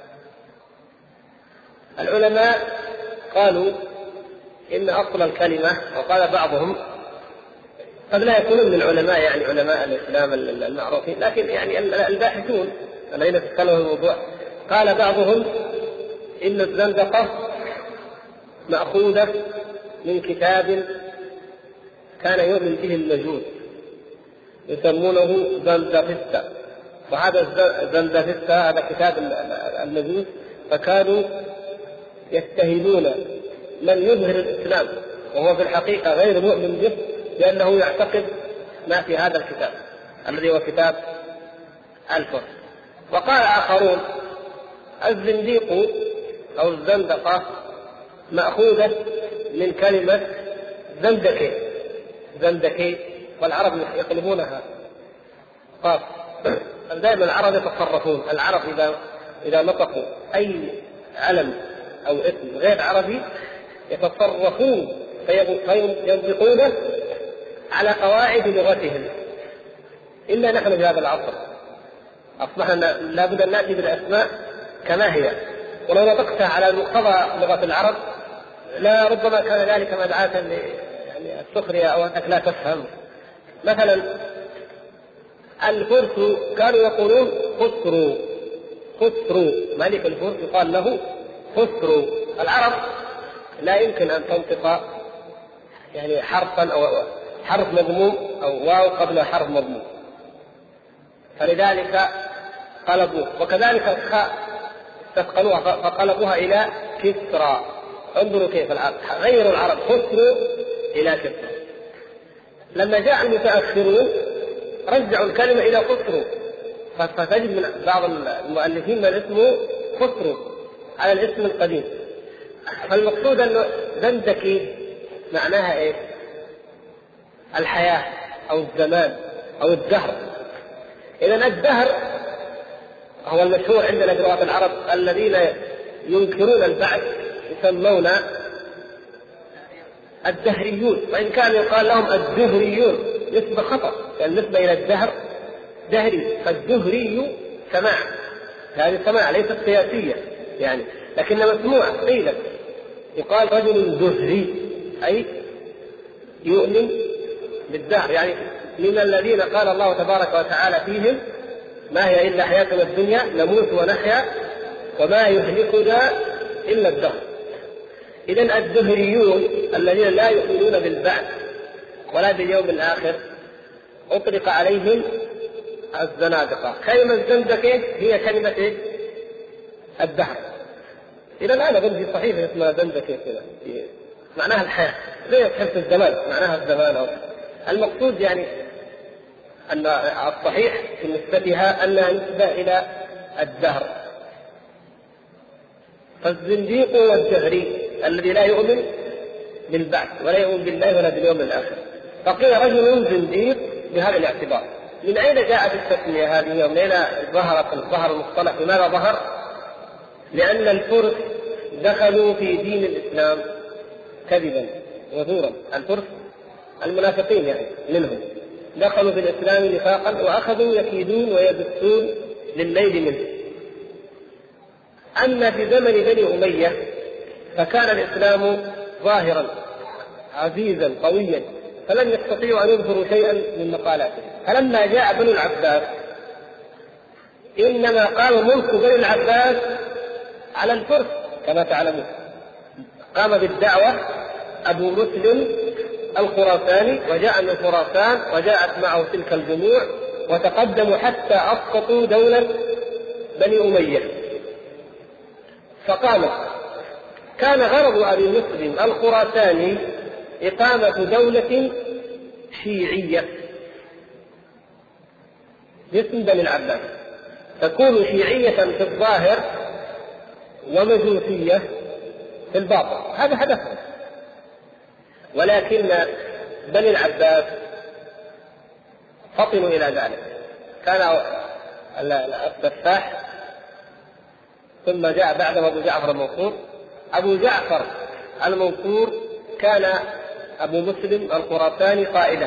العلماء قالوا إن أصل الكلمة، وقال بعضهم قد لا يكونون من العلماء يعني علماء الإسلام المعروفين، لكن يعني الباحثون الذين تكلموا في الموضوع، قال بعضهم إن الزندقة مأخوذة من كتاب كان يؤمن به المجوس يسمونه زندفستا، وهذا زندفستا هذا كتاب المجوس، فكانوا يتهمون من يظهر الإسلام وهو في الحقيقة غير مؤمن به لأنه يعتقد ما في هذا الكتاب الذي هو كتاب الكفر. وقال آخرون الزنديق أو الزندقة مأخوذة من كلمة زندكي، والعرب يقلبونها قاف. دائما العرب يتصرفون، العرب إذا نطقوا أي علم أو اسم غير عربي يتصرفون فينطقونه على قواعد لغتهم. إلا نحن في هذا العصر أصبحنا لابد أن نأتي بالأسماء كما هي، ولو نطقتها على مقتضى لغة العرب لا ربما كان ذلك مدعاة يعني السخرية أو أنك لا تفهم. مثلا الفرس كانوا يقولون خسروا، ملك الفرس يقال له خسروا. العرب لا يمكن أن تنطق يعني حرفا أو حرف مضموم أو واو قبل حرف مضموم، فلذلك قلبوه. وكذلك الخاء استثقلوها فقلبوها إلى كسرى. انظروا كيف العرب غير العرب خسروا إلى كسرى. لما جاء المتأخرون رجعوا الكلمة إلى خسروا، فتجد من بعض المؤلفين من اسمه خسروا على الاسم القديم. فالمقصود أنه زندكي معناها إيه؟ الحياة أو الزمان أو الدهر. إذن الدهر هو المشهور عندنا في لغة العرب الذين ينكرون البعث يسمون الدهريون، وإن كان يقال لهم الدهريون نسبة خطأ، النسبة إلى الدهر دهري، فالدهري سماع، هذه سماع ليست قياسية يعني، لكن مسموع. قيل يقال رجل دهري أي يؤمن بالدهر، يعني من الذين قال الله تبارك وتعالى فيهم ما هي إلا حياتنا الدنيا نموت ونحيا وما يهلكنا إلا الدهر. إذن الدهريون الذين لا يؤمنون بالبعث ولا باليوم الآخر أطلق عليهم الزنادقة. كلمة الزندقة هي كلمة الدهر. إذا الآن أظن في صحيفة اسمها زندقة كذا معناها الحياة، زي حفظ الزمان معناها الزمان. أو المقصود يعني أن الصحيح في نسبتها أنها نسبة إلى الدهر. فالزنديق والدهري الذي لا يؤمن بالبعث ولا يؤمن بالله ولا باليوم الآخر. فقيل رجل زنديق بهذا الاعتبار. من أين جاءت التسمية هذه ومن أين ظهر المصطلح؟ لماذا ظهر؟ لأن الفرس دخلوا في دين الإسلام كذبا وزورا. الفرس المنافقين يعني منهم دخلوا في الإسلام نفاقا وأخذوا يكيدون ويبثون للليل منه. أما في زمن بني أمية فكان الإسلام ظاهرا عزيزا قويا فلم يستطيعوا أن يظهروا شيئا من مقالاته. فلما جاء بنو العباس إنما قام ملك بني العباس على الفرس كما تعلمون. قام بالدعوة أبو مسلم الخراساني وجاء من خراسان وجاءت معه تلك الجموع وتقدموا حتى أسقطوا دولة بني أمية. فقامت كان غرض أبي مسلم الخراساني إقامة دولة شيعية باسم بني العباس تكون شيعية في الظاهر ومجوسية في الباطن. هذا هدفهم. ولكن بني العباس فطنوا إلى ذلك. كان السفاح ثم جاء بعده أبو جعفر المنصور. أبو جعفر المنصور كان أبو مسلم الخراساني قائده،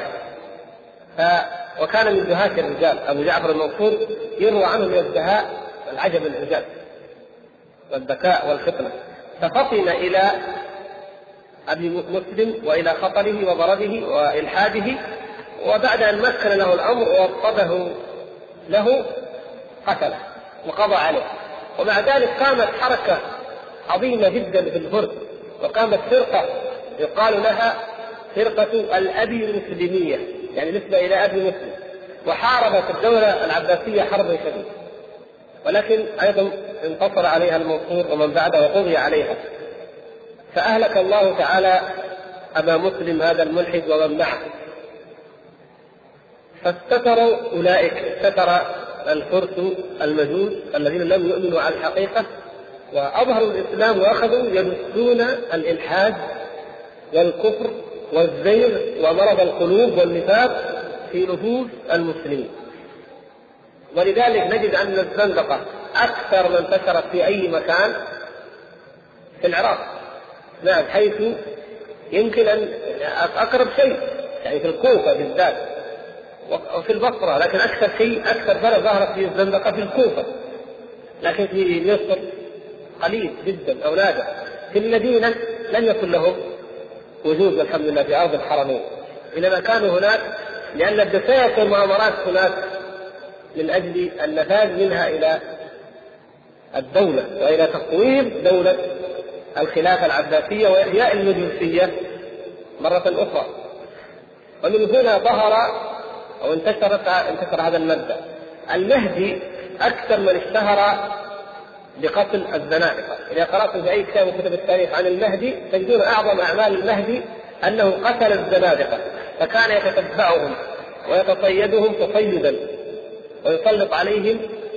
وكان من دهاة الرجال. أبو جعفر المنصور يروى عنه من الدهاء العجب العجاب والذكاء والفطنة. ففطن إلى أبي مسلم وإلى خطره وضربه وإلحاده، وبعد أن مكن له الأمر ووطده له قتله وقضى عليه. ومع ذلك قامت حركة عظيمة جدا في الفرس، وقامت فرقة يقال لها فرقة الأبي المسلمية، يعني نسبة إلى أبي مسلم، وحاربت الدولة العباسية حربا شديدة، ولكن أيضا انتصر عليها المنصور ومن بعده وقضي عليها. فأهلك الله تعالى أبا مسلم هذا الملحد ومن معه. فاستتروا أولئك، استتر الفرس المجوس الذين لم يؤمنوا على الحقيقة وأظهروا الإسلام وأخذوا يبثون الإلحاد والكفر والزيغ ومرض القلوب والنفاق في نفوس المسلمين. ولذلك نجد أن الزندقة أكثر من انتشرت في أي مكان في العراق، نعم، حيث يمكن أن أقرب شيء يعني في الكوفة بالذات وفي البصرة، لكن أكثر شيء أكثر فرق ظهرت في الزندقة في الكوفة، لكن في مصر قليل جدا أو نادر. في المدينة لم يكن لهم وجود الحمد لله في أرض الحرمين، إنما كانوا هناك لأن الدسائق والمؤامرات هناك من أجل النفاذ منها إلى الدولة وإلى تقويم دولة الخلافة العباسية وإحياء المجوسية مرة أخرى. ومن هنا ظهر أو انتشر هذا المبدأ. المهدي أكثر من اشتهر بقتل الزنادقة. إذا قرأتم في أي كتاب من كتب التاريخ عن المهدي تجدون أعظم أعمال المهدي أنه قتل الزنادقة، فكان يتتبعهم ويتصيدهم تصيدا ويسلط عليهم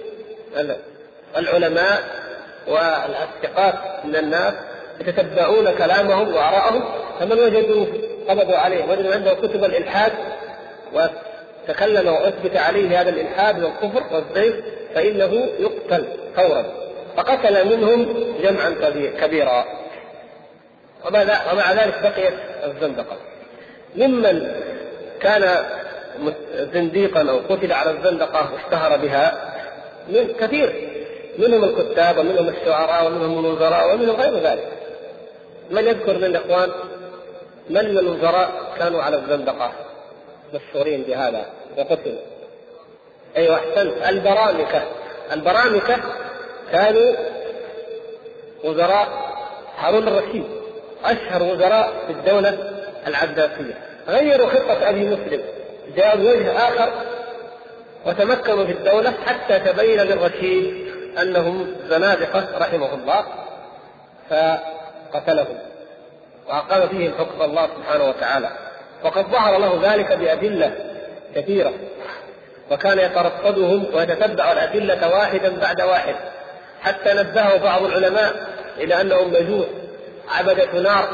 العلماء والأثقات من الناس يتتبعون كلامهم وآراءهم، فمن وجدوا قبضوا عليه، وجدوا عنده كتب الإلحاد وتكلم وأثبت عليه هذا الإلحاد والكفر والزيغ فإنه يقتل فورا، فقتل منهم جمعا كبيرا. ومع ذلك بقيت الزندقة. ممن كان زنديقا أو قتل على الزندقة واشتهر بها من كثير، منهم الكتاب ومنهم الشعراء ومنهم الوزراء ومنهم غير ذلك. من يذكر من الإخوان من الوزراء كانوا على الزندقة مشهورين بهذا وقتلوا؟ أيوة أحسنت، البرامكة كانوا وزراء هارون الرشيد، أشهر وزراء في الدولة العباسية. غيروا خطة أبي مسلم، جاءوا بوجه آخر وتمكنوا في الدولة حتى تبين للرشيد أنهم زنادقة رحمه الله، فقتلهم وأقام فيهم حكم الله سبحانه وتعالى. وقد ظهر له ذلك بأدلة كثيرة، وكان يترصدهم ويتتبع الأدلة واحدا بعد واحد، حتى نبهه بعض العلماء إلى أنهم مجوس عبدة نار.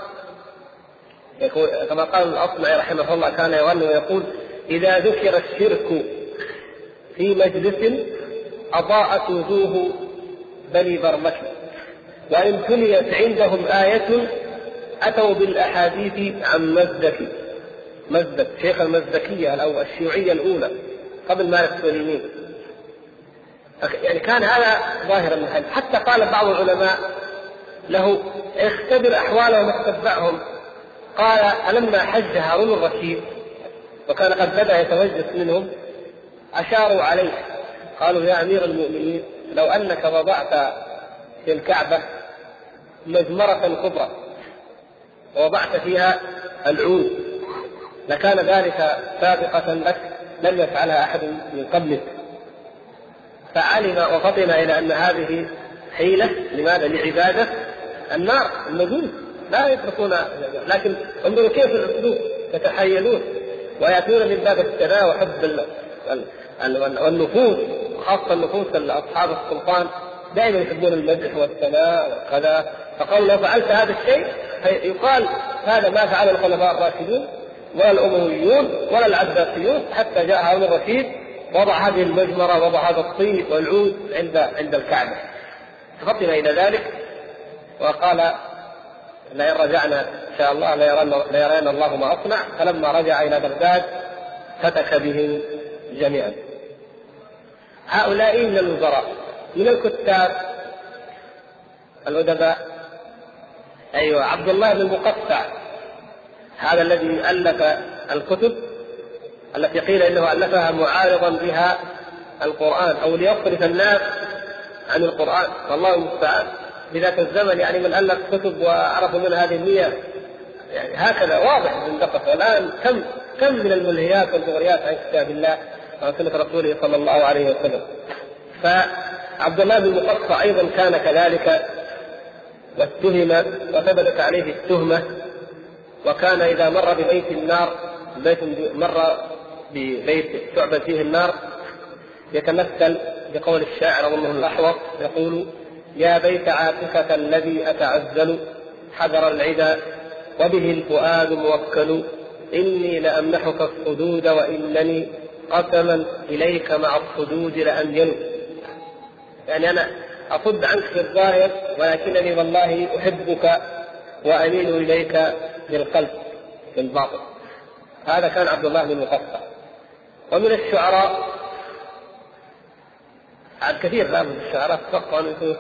كما قال الأصمعي رحمه الله كان يغني ويقول: إذا ذكر الشرك في مجلس أضاءت وجوه بني برمك، وإن تليت عندهم آية أتوا بالأحاديث عن مزدك شيخ المزدكية الأول الشيوعية الأولى قبل مالك السليمين. يعني كان هذا ظاهرا من حتى قال بعض العلماء له: اختبر أحوالهم واتبعهم. قال: ألما حج هارون الرشيد وكان قد بدأ يتوجس منهم أشاروا عليه قالوا: يا أمير المؤمنين، لو أنك وضعت في الكعبة مجمرة كبرى ووضعت فيها العود لكان ذلك سابقة لك لم يفعلها أحد من قبلك. فعلم وفطن إلى أن هذه حيلة. لماذا؟ لعبادة النار. النجوم لا يتركون، لكن انظروا كيف الأسلوب يتحيلون ويأتون من باب الثناء وحب والنفوس، خاصة النفوس أصحاب السلطان دائما يحبون المدح والثناء وكذا. فقال: لو فعلت هذا الشيء يقال هذا ما فعل الخلفاء الراشدون ولا الأمويون ولا العباسيون، حتى جاء هارون الرشيد وضع هذه المجمرة وضع هذا الطيب والعود عند الكعبة. ففطن إلى ذلك وقال: لئن رجعنا إن شاء الله ليرينا الله ما أصنع. فلما رجع إلى بغداد فتك بهم جميعا. هؤلاء من الوزراء. من الكتاب الأدباء أيوة عبد الله بن المقفع، هذا الذي ألف الكتب التي قيل إنه ألفها معارضا بها القرآن أو ليصرف الناس عن القرآن، والله المستعان. في ذاك الزمن يعني من ألف كتب وعرفوا من هذه 100 يعني هكذا واضح من دقة. والآن كم من الملهيات والمغريات عن كتاب الله وعن سنة رسوله صلى الله عليه وسلم. فعبد الله بن المقفع أيضا كان كذلك واتهم وثبتت عليه التهمة. وكان إذا مر ببيت النار مر ببيت تعبد فيه النار يتمثل بقول الشاعر أظنه الأحوص يقول: يا بيت عاتقة الذي أتعزل حذر العدا وبه الفؤاد موكل، إني لأمنحك الصدود وإنني قسما إليك مع الصدود لأميل. يعني أنا أصد عنك في الظاهر ولكنني والله أحبك وأميل إليك بالقلب في الباطن. هذا كان عبد الله بن المقفع. ومن الشعراء الكثير من الشعراء تفقوا عنه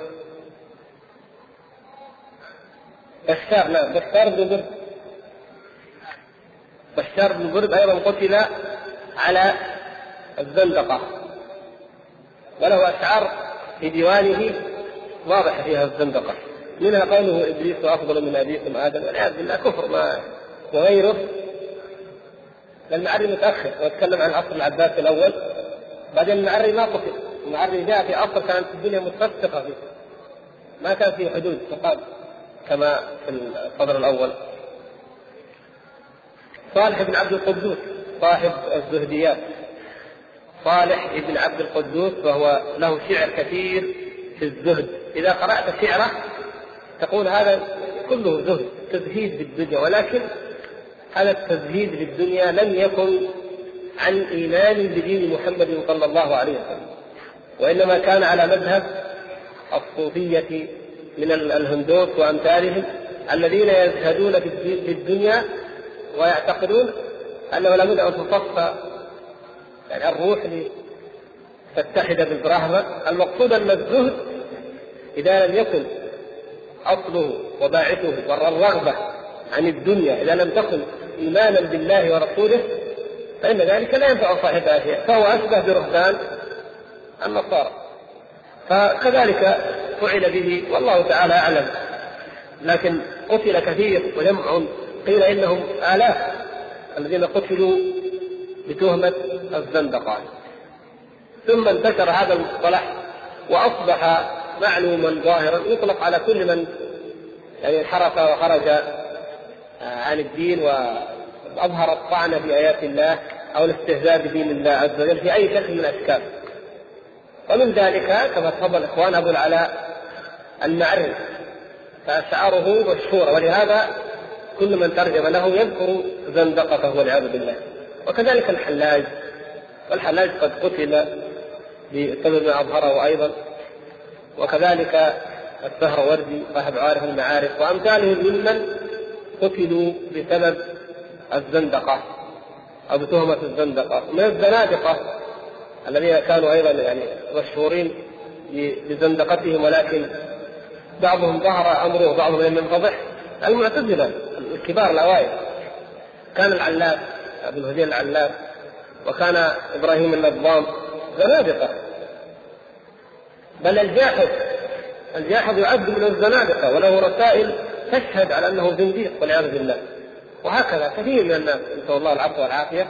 بشار بن برد أيضا قتل على الزندقة، وله أشعار في ديوانه واضح فيها الزندقة، منها قوله: إبليس أفضل من أبيكم آدم، والعياذ بالله كفر ما وغيره. المعري متأخر ويتكلم عن العصر العباسي الأول، بعدين المعري ما قتل. المعري جاء في عصر كانت الدنيا متفسقة فيه، ما كان فيه حدود فقط كما في الصدر الأول. صالح بن عبد القدوس صاحب الزهديات، صالح بن عبد القدوس، وهو له شعر كثير في الزهد. إذا قرأت شعره تقول هذا كله زهد، تزهيد بالدنيا، ولكن هذا التزهيد بالدنيا لم يكن عن إيمان بدين محمد صلى الله عليه وسلم، وإنما كان على مذهب الصوفية من الهندوس وأمثالهم الذين يزهدون في الدنيا ويعتقدون أنه لابد أن تصفى يعني الروح لتتحد بالبراهمة. المقصود أن الزهد إذا لم يكن أصله وباعثه والرغبة عن الدنيا، إذا لم تكن إيمانا بالله ورسوله، فإن ذلك لا ينفع صاحبها شيء، فهو أشبه برهبان النصارى. فكذلك فعل به والله تعالى أعلم، لكن قتل كثير وجمع قيل إنهم آلاف الذين قتلوا بتهمة الزندقة. ثم انتشر هذا المصطلح وأصبح معلوما ظاهرا يطلق على كل من يعني انحرف وخرج عن الدين وأظهر الطعن في آيات الله أو الاستهزاء بدين الله عز وجل في أي شكل من الأشكال. ومن ذلك كما تفضل الإخوان أبو العلاء المعري، فأشعاره مشهورة، ولهذا كل من ترجم له يذكر زندقته والعياذ بالله. وكذلك الحلاج، والحلاج قد قتل بسبب ما أظهره أيضا، وكذلك السهروردي صاحب عارف المعارف وأمثالهم ممن قتلوا بسبب الزندقة أو بتهمة الزندقة. من الزنادقة الذين كانوا أيضا يعني مشهورين بزندقتهم، ولكن بعضهم ظهر أمره وبعضهم لم ينفضح، المعتزلة الكبار الأوائل، كان العلاف ابن هذيل العلاف، وكان إبراهيم النظام، زنادقة. بل الجاحظ يعد من الزنادقة وله رسائل تشهد على أنه زنديق والعياذ بالله. وهكذا كثير من الناس نسأل الله العفو والعافية.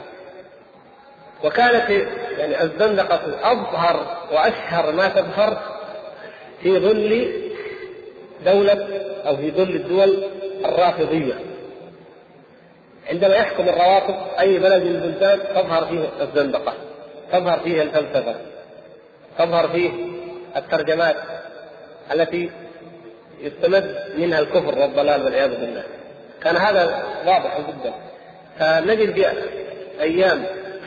وكانت يعني الزندقة أظهر وأشهر ما تظهر في ظل دولة أو في ظل الدول الرافضية. عندما يحكم الروافض أي بلد من البلدان تظهر فيه الزندقة، تظهر فيه الفلسفة، تظهر فيه الترجمات التي يستمد منها الكفر والضلال والعياذ بالله. كان هذا واضح جدا. فنجد في أيام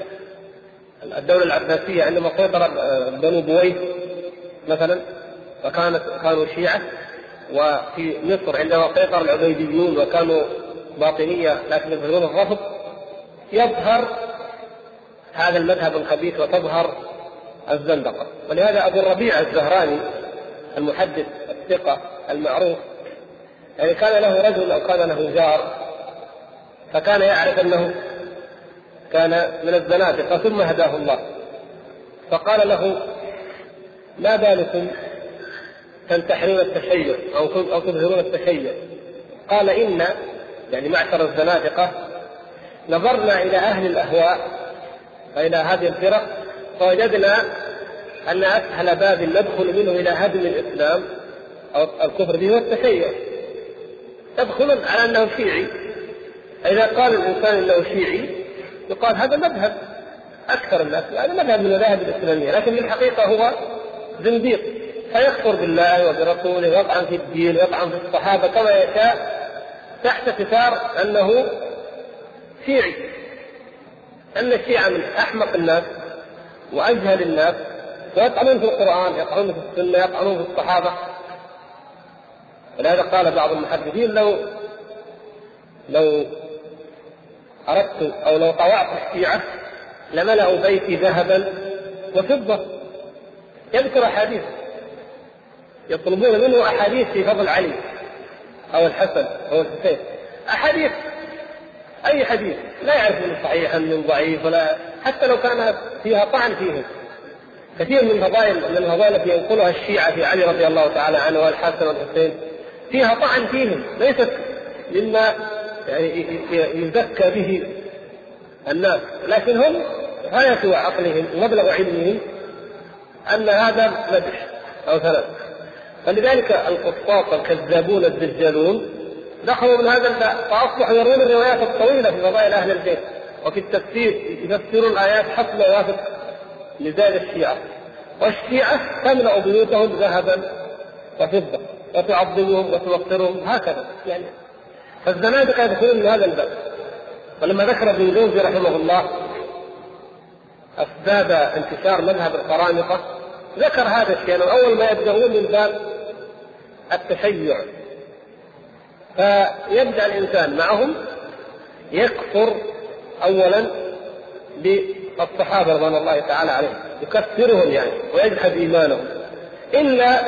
الدولة العباسية عندما سيطر بنو بويه مثلا، كانوا شيعة، وفي مصر عندما سيطر العبيديون وكانوا باطنية لكن يظهرون الرفض، يظهر هذا المذهب الخبيث وتظهر الزندقة. ولهذا أبو الربيع الزهراني المحدث الثقة المعروف، يعني كان له رجل أو كان له جار، فكان يعرف أنه كان من الزنادقة ثم هداه الله، فقال له: ما بالكم تنتحرون التشيع أو تظهرون التشيع؟ قال: إن يعني معشر الزنادقة نظرنا إلى أهل الأهواء وإلى هذه الفرق فوجدنا أن أسهل باب ندخل منه إلى هدم الإسلام أو الكفر به والتشيع. تدخل على أنه شيعي، إذا قال الإنسان أنه شيعي يقال هذا مذهب أكثر الناس، هذا مذهب من المذاهب الإسلامية، لكن في الحقيقة هو زنديق، فيكفر بالله وبرسوله ويطعن في الدين ويطعن في الصحابة كما يشاء تحت ستار أنه شيعي. أن الشيعة من أحمق الناس وأجهل الناس، ويطعنون في القرآن، يطعنون في السنة، يطعنون في الصحابة. ولهذا قال بعض المحدثين: لو أردت أو لو طوعت الشيعة لملأوا بيتي ذهبا وفضة. يذكر أحاديث يطلبون منه أحاديث في فضل علي أو الحسن أو الحسين، أحاديث، أي حديث لا يعرف من صحيحا من ضعيف، ولا حتى لو كان فيها طعن فيه. كثير من الفضائل التي ينقلها الشيعة في علي رضي الله تعالى عنه والحسن والحسين فيها طعن فيهم، ليست مما يزكى به الناس، لكن هم غاية عقلهم ومبلغ علمهم أن هذا مدح أو ثلاث. فلذلك القسطاس الكذابون الدجالون دخلوا من هذا الباب، فأصبحوا يرون الروايات الطويلة في فضائل أهل البيت، وفي التفسير يفسرون الآيات حسب يوافق لزاد الشيعة. والشيعة تملأ بيوتهم ذهبا وفضة وتعظمهم وتوقرهم هكذا يعني. فالزنادقة يدخلون من هذا الباب. ولما ذكر ابن جوزي رحمه الله أسباب انتشار مذهب القرامطة ذكر هذا الشيء أول ما يبدأون من باب التشيع. فيبدأ الإنسان معهم يكفر أولا بالصحابة رضوان الله تعالى عليهم، يكفرهم يعني ويجحد إيمانهم، إلا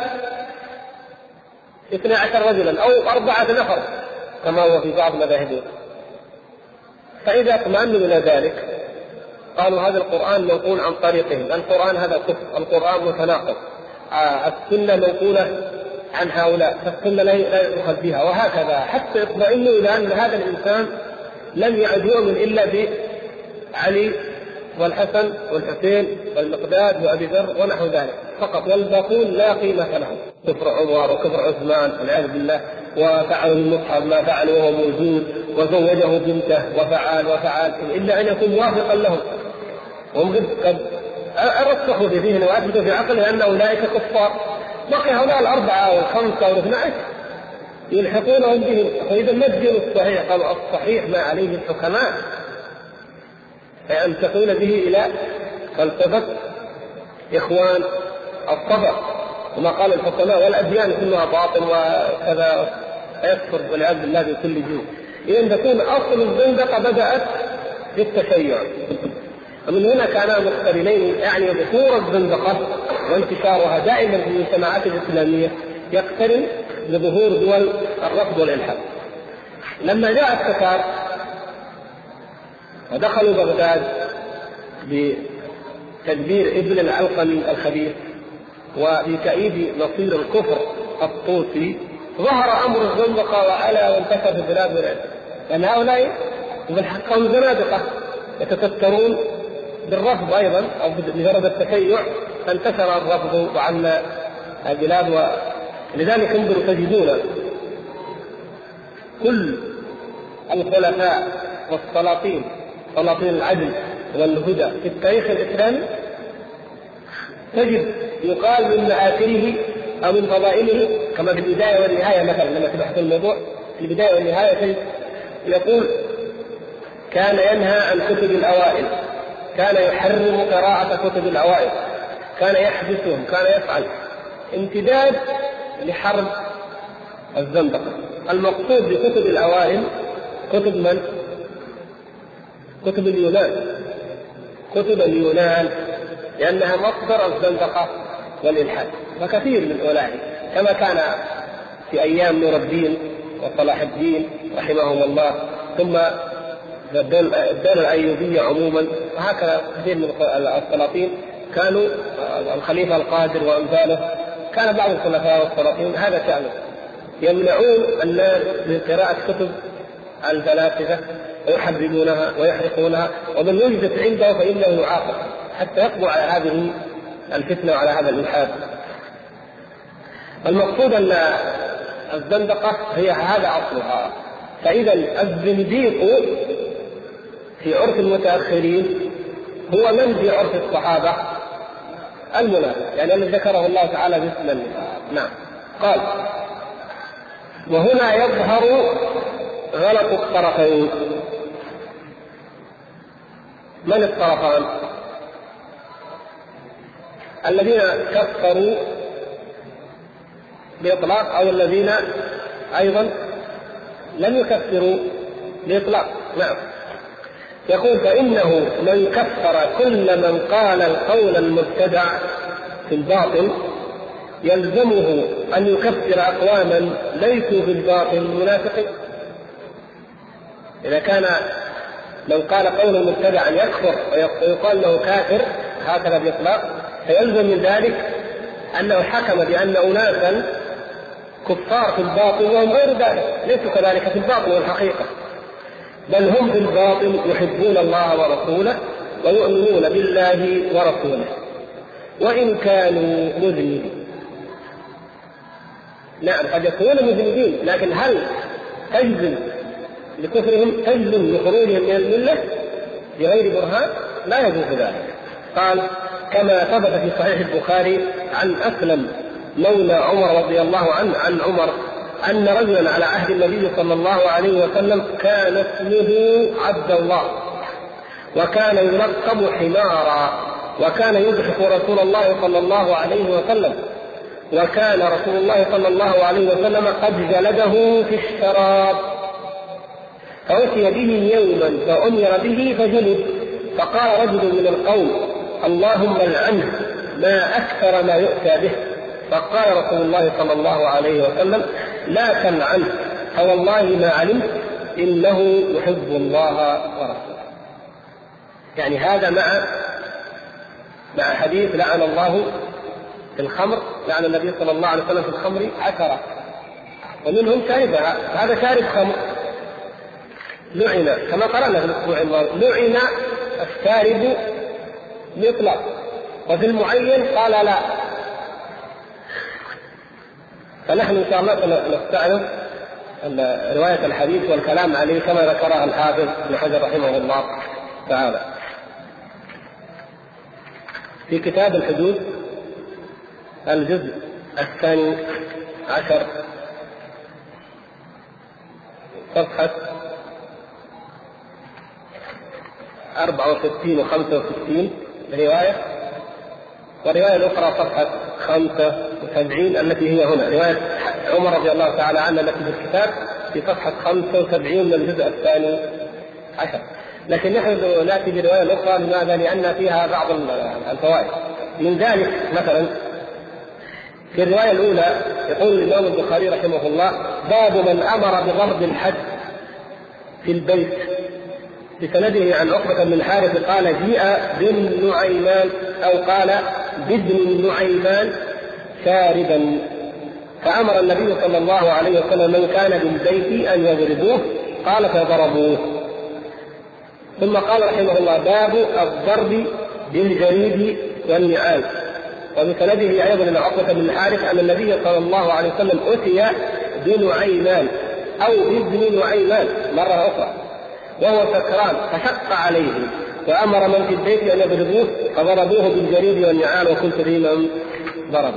12 رجلا أو 4 نفر كما هو في بعض مذاهبهم. فإذا اطمأنوا إلى ذلك قالوا هذا القرآن منقول عن طريقهم، القرآن هذا كفر، القرآن متناقض، السنة منقولة عن هؤلاء، فالسنة لا يؤخذ بها، وهكذا حتى يطمئنوا إلى أن هذا الإنسان لم يعد يؤمن إلا بعلي والحسن والحسين والمقداد وأبي ذر ونحو ذلك فقط، والباقون لا قيمة لهم. كفر عمر وكفر عثمان والعياذ بالله، وفعلوا المصحف ما فعلوا وهو موجود، وزوجه بنته وفعل إلا أن يكون موافقا لهم، وهم قد أرسخوا في ذهنه وأثبتوا في عقله أن أولئك كفار. بقي هؤلاء 4 و5 و12 يلحقونهم بهم. فإذا ما الدين الصحيح؟ قالوا الصحيح ما عليه الحكماء، فينتقلون به إلى فلسفة إخوان الطبع وما قال الحكماء، والأديان كلها باطل وكذا، فيكفر والعياذ بالله بكل جهة. إذا تكون أصل الزندقة بدأت بالتشيع، ومن هنا كانا مقترنين، يعني ظهور الزندقة وانتشارها دائما في المجتمعات الإسلامية يقترن بظهور دول الرفض والإلحاد. لما جاء التتار ودخلوا بغداد بتدبير ابن العلقمي الخبيث وبتأييد نصير الكفر الطوسي، ظهر أمر الزندقة وعلى وانتشر في البلاد والعلم، لأن هؤلاء بالحق هم زنادقة يتسترون بالرفض أيضا أو بمجرد التشيع، فانتشر الرفض وعلى البلاد. ولذلك انظروا تجدون كل الخلفاء والسلاطين، سلاطين العدل والهدى في التاريخ الإسلامي، تجد يقال من مآثره أو من فضائله كما في البداية والنهاية مثلا، لما تبحث الموضوع في البداية والنهاية تجد يقول كان ينهى عن كتب الأوائل، كان يحرم قراءة كتب الأوائل، كان يحبسهم، كان يفعل امتداد لحرب الزندقة. المقصود بكتب الأوائل كتب من؟ كتب اليونان، كتب اليونان، لأنها مصدر الزندقة والإلحاد. فكثير من أولئك كما كان في أيام نور الدين وصلاح الدين رحمهم الله، ثم الدولة الأيوبية عموما، وهكذا كثير من السلاطين كانوا الخليفة القادر وأمثاله، كان بعض الخلفاء والسلاطين هذا شأنه، يمنعون الناس من قراءة كتب الفلاسفة ويحرمونها ويحرقونها، ومن وجدت عنده فإنه يعاقب حتى يقضوا على هذه الفتنة وعلى هذا الإلحاد. المقصود أن الزندقة هي هذا أصلها. فإذا الزنديق في عرف المتأخرين هو من في عرف الصحابة المنافق، يعني الذي ذكره الله تعالى باسم النفاق. نعم. قال وهنا يظهر غلط الطرفين. من الطرفان؟ الذين كفروا بإطلاق أو الذين أيضا لم يكفروا بإطلاق. نعم. يقول فإنه من كفر كل من قال القول المبتدع في الباطل يلزمه أن يكفر أقواما ليسوا في الباطل منافقين. إذا كان من قال قولا مبتدعا يكفر ويقال له كافر هكذا بإطلاق، فيلزم من ذلك أنه حكم بأن أناسا كفار في الباطل وهم غير ذلك، ليسوا كذلك في الباطل والحقيقة، بل هم في الباطل يحبون الله ورسوله ويؤمنون بالله ورسوله وإن كانوا مذنبين. نعم قد يكونون مذنبين، لكن هل تجزم لكفرهم، تجزم لخروجهم من الملة بغير برهان؟ لا يجوز ذلك. قال كما ثبت في صحيح البخاري عن أسلم مولى عمر رضي الله عنه عن عمر أن رجلا على عهد النبي صلى الله عليه وسلم كان اسمه عبد الله، وكان يلقب حمارا، وكان يضحك رسول الله صلى الله عليه وسلم، وكان رسول الله صلى الله عليه وسلم قد جلده في الشراب، فأتي به يوما فأمر به فجلد، فقال رجل من القوم: اللهم لعنه، ما أكثر ما يؤتى به. فقال رسول الله صلى الله عليه وسلم: لا تلعنه، فوالله ما علمت إنه يحب الله ورسوله. يعني هذا مع حديث لعن الله في الخمر، لعن النبي صلى الله عليه وسلم في الخمر 10، ومنهم شاربها. هذا شارب خمر لعن، كما قرأنا في الأسبوع الماضي، لعن الشارب مطلق، وفي المعين قال لا. فنحن إن شاء الله نستعرض رواية الحديث والكلام عليه كما ذكرها الحافظ ابن حجر رحمه الله تعالى في كتاب الحدود الجزء 12 صفحة 64 و 65 رواية، والرواية الأخرى صفحة 75 التي هي هنا، رواية عمر رضي الله تعالى عنه التي في الكتاب في صفحة 75 من الجزء 12. لكن نحن نأتي برواية أخرى. لماذا؟ لأن فيها بعض الفوائد. من ذلك مثلا في الرواية الأولى يقول الإمام البخاري رحمه الله: باب من أمر بضرب الحد في البيت، بسنده عن عقبة بن الحارث قال: جيء بن نعيمان أو قال بابن نعيمان شاربا، فأمر النبي صلى الله عليه وسلم من كان بالبيت أن يضربوه، قال فضربوه. ثم قال رحمه الله: باب الضرب بالجريد والنعال، وبسنده أيضا عن عقبة بن الحارث أن النبي صلى الله عليه وسلم أتي بنعيمان أو بابن نعيمان مرة أخرى وهو سكران فشق عليه، فأمر من في البيت أن يضربوه فضربوه بالجريد والنعال، وكنت فيمن ضرب.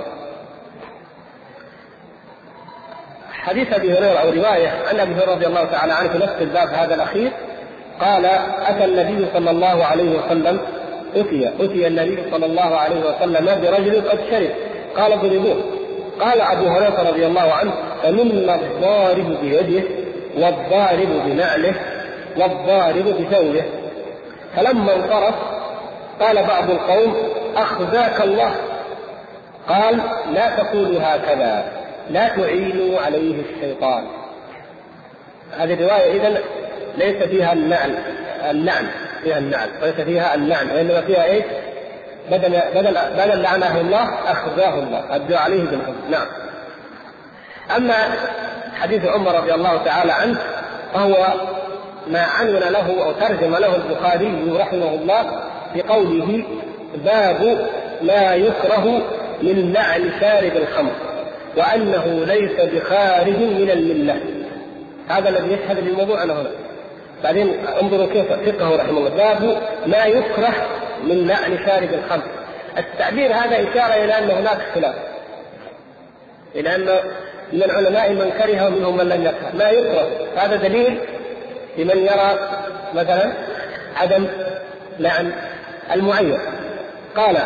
حديث أبي هريرة أو رواية عن أبي هريرة رضي الله تعالى عنه في نفس الباب هذا الأخير قال: أتى النبي صلى الله عليه وسلم أتي النبي صلى الله عليه وسلم برجل قد شرب، قال اضربوه. قال أبو هريرة رضي الله عنه: فمما الضارب بيده والضارب بنعله والضارب بثوبه. فلما انصرف قال بعض القوم: أخزاك الله. قال: لا تقولوا هكذا، لا تعينوا عليه الشيطان. هذه الرواية إذن ليس فيها اللعن فيها النعل، وليس فيها اللعن، وإنما فيها إيه؟ بدل لعنه الله أخزاه الله، أدعو عليه بالحب. نعم. أما حديث عمر رضي الله تعالى عنه فهو ما عنون له أو ترجم له البخاري رحمه الله في قوله: باب ما يكره من لعن شارب الخمر، وأنه ليس بخارج من الملة. هذا الذي يشهد للموضوع أنا هنا. بعدين انظروا كيف فقهه رحمه الله: باب ما يكره من لعن شارب الخمر. التعبير هذا إشارة إلى أن هناك خلاف، إلى أن من العلماء من كره ومنهم من لم يكره. ما يكره هذا دليل لمن يرى مثلا عدم لعن المعين. قال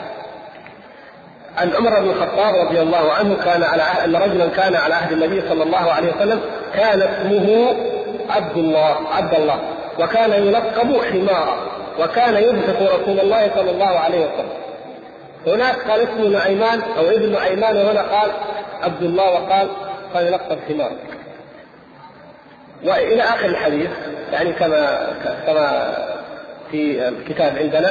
عن عمر بن الخطاب رضي الله عنه أن رجلا كان على عهد النبي صلى الله عليه وسلم كان اسمه عبد الله، وكان يلقب حمارا، وكان يضحك رسول الله صلى الله عليه وسلم. هناك قال اسمه نعيمان أو ابن نعيمان، وهنا قال عبد الله وقال يلقب حمارا، وإلى آخر الحديث. يعني كما في الكتاب عندنا.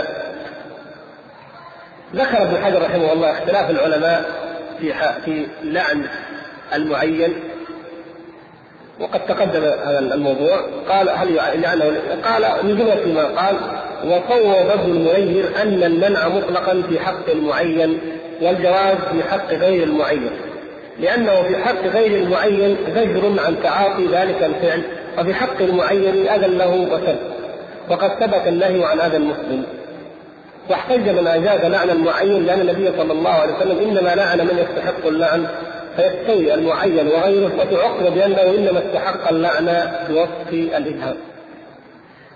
ذكر ابن حجر رحمه الله اختلاف العلماء في لعن المعين، وقد تقدم هذا الموضوع. قال: هل لعنه؟ قال من جملة ما قال: وصوب ابن المنير أن المنع مطلقا في حق المعين، والجواز في حق غير المعين، لأنه في حق غير المعين زجر عن تعاطي ذلك الفعل، وفي حق المعين أذى له وسب، وقد ثبت النهي عن أذى المسلم. واحتج من أجاز لعن المعين لأن النبي صلى الله عليه وسلم إنما لعن من يستحق اللعن، فيستوي المعين وغيره، وتعقب بأنه إنما استحق اللعن بوصف الإجهام.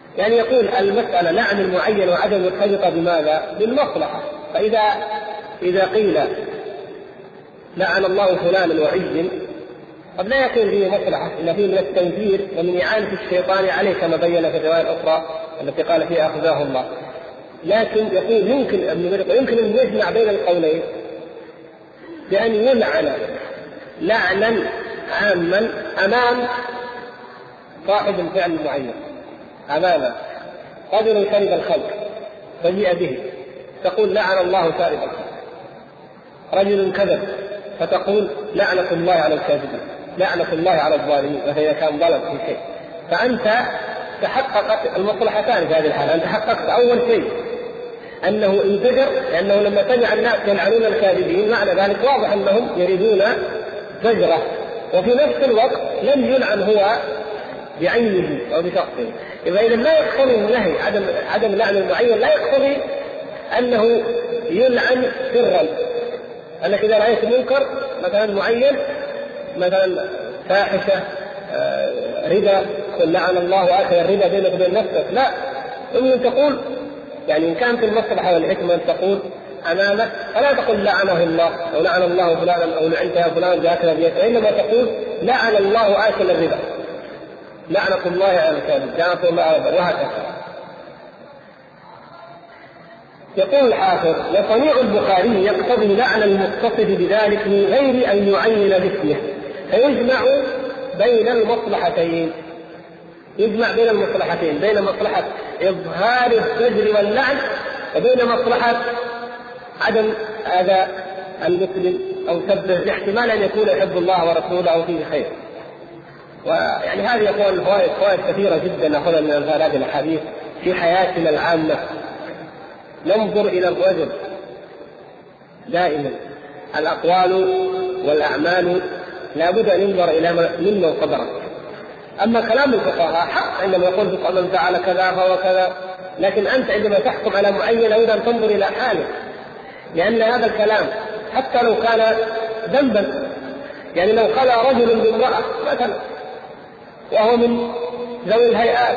يعني يقول المسألة لعن المعين وعدم مرتبطة بماذا؟ بالمصلحة. فإذا قيل لعن الله فلانا وعين قد لا يكون فيه مصلحة إلا فيه من التنفير ومن إعانة الشيطان عليه كما بين في الرواية الأخرى التي قال فيها أخذاه الله. لكن يقول يمكن أن يجمع بين القولين بأن يلعن لعنا عاما أمام صاحب الفعل المعين، أمام رجل شرب الخمر فجيء به تقول لعن الله شارب الخمر، رجل كذب فتقول لعنة الله على الكاذبين، لعنة الله على الظالمين، وإذا كان ظلم في شيء. فأنت تحققت المصلحتان في هذه الحالة. أنت حققت أول شيء أنه انفجر، لأنه لما سمع الناس يلعنون الكاذبين معنى ذلك واضح أنهم يريدون زجرة، وفي نفس الوقت لم يلعن هو بعينه أو بشخصه. إذا لا يقتضي النهي عدم لعن المعين، لا يقتضي أنه يلعن سرا، أنك إذا رأيت منكر مثلا معين، مثلا فاحشة ربا، قل لعن الله آكل الربا بينك وبين نفسك، لا، إن تقول يعني إن كانت المصلحة والحكمة أن تقول أمامك فلا تقول لعنه الله أو لعن الله فلانا أو لعنت يا فلان بأكل بيته، إنما تقول لعن الله آكل الربا، لعنة الله على الكاذب، لعنة الله على الكاذب، وهكذا. يقول الحافظ وصنيع البخاري يقتضي لعن المتصف بذلك من غير أن يعين باسمه، فيجمع بين المصلحتين، يجمع بين المصلحتين، بين مصلحة إظهار الزجر واللعن وبين مصلحة عدم أذى المسلم أو سبه باحتمال أن يكون يحب الله ورسوله أو فيه خير. ويعني هذه يقول فوائد كثيرة جدا نأخذها من هذه الأحاديث في حياتنا العامة. ننظر إلى الرجل دائما، الأقوال والأعمال لا بد أن ينظر إلى مما صدر. أما كلام الفقهاء حق عندما يقول من فعل كذا فهو كذا، لكن أنت عندما تحكم على معين أيضا تنظر إلى حاله، لأن هذا الكلام حتى لو كان ذنبا، يعني لو خلى رجل بامرأة مثلا وهو من ذوي الهيئات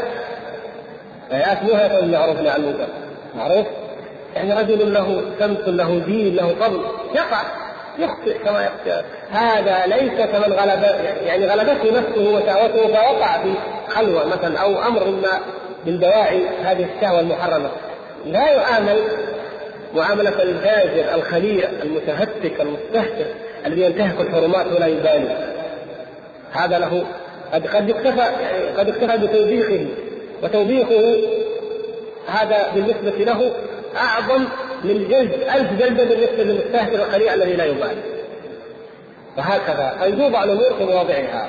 مو هيئة المعروف عن المنكر، معروف يعني رجل له سمت له دين له فضل، يخطئ كما يخطئ، هذا ليس كمن غلبته نفسه وشهوته فوقع في خلوة مثلا أو أمر من دواعي هذه الشهوة المحرمة، لا يعامل معاملة الفاجر الخليع المتهتك المستهتر الذي ينتهك الحرمات ولا يبالي. هذا له قد اكتفى بتوبيخه، وتوبيخه هذا بالنسبة له أعظم من جلد 1000 جلدة بالنسبة للمستهتر الخليع الذي لا يبالي. وهكذا فيوضع الأمور في مواضعها.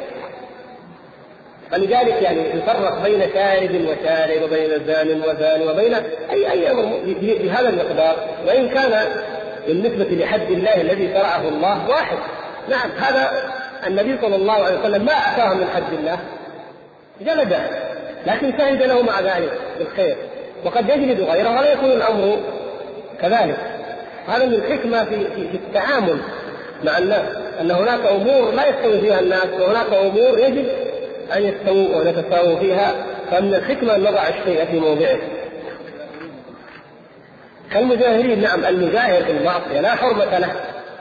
فلذلك يعني يفرق بين شارب وشارب وبين زان وزان وبين أي أمر بهذا المقدار، وإن كان بالنسبة لحد الله الذي شرعه الله واحد. نعم، هذا النبي صلى الله عليه وسلم ما أعطاه من حد الله جلده، لكن شهد له مع ذلك بالخير، وقد يجلد غيره ولا يكون الأمر كذلك. هذا من الحكمة في التعامل مع الناس، أن هناك أمور لا يستوي فيها الناس، وهناك أمور يجب أن يستووا ونتساووا فيها، فمن الحكمة أن نضع الشيء في موضعه. كالمجاهرين، نعم، المجاهر بالمعصية لا حرمة له.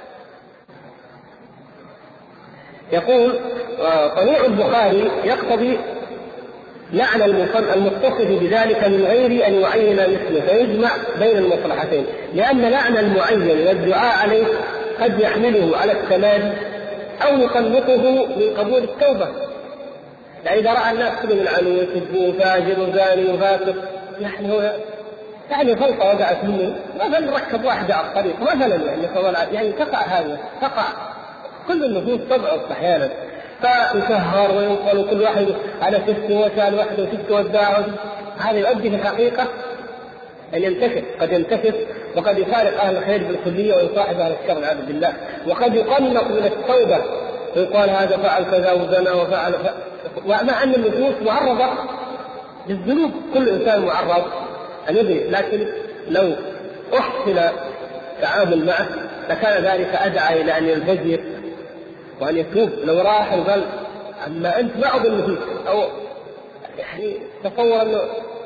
يقول صنيع البخاري يقتضي لعن المتصف بذلك من غير أن يعين مثله، فيجمع بين المصلحتين، لأن لعن المعين والدعاء عليه قد يحمله على التمادي أو يقلقه من قبول التوبة. يعني إذا رأى الناس كلهم يلعنون ويسبون فاجر وزاني وفاسق، يعني غلطة وقعت منه، مثلا ركب واحدة على الطريق مثلا، يعني تقع هذا، تقع كل النفوس تضعف أحيانا، فيسهر وينقل كل واحد على سفه وشال واحد وسفه والداع. هذا يؤدي في الحقيقة أن ينتكس، قد ينتكس وقد يفارق أهل الخير بالكلية ويصاحب أهل الشر والعياذ بالله، وقد يقلق من التوبة ويقال هذا فعل كذا وزنى وفعل ومع أن النفوس معرضة للذنوب، كل إنسان معرض أن يذنب، لكن لو أحسن التعامل معه لكان ذلك أدعى إلى أن ينفجر وأن يتوب. لو راح وقال أما أنت بعض النفوس، أو يعني تصور أنه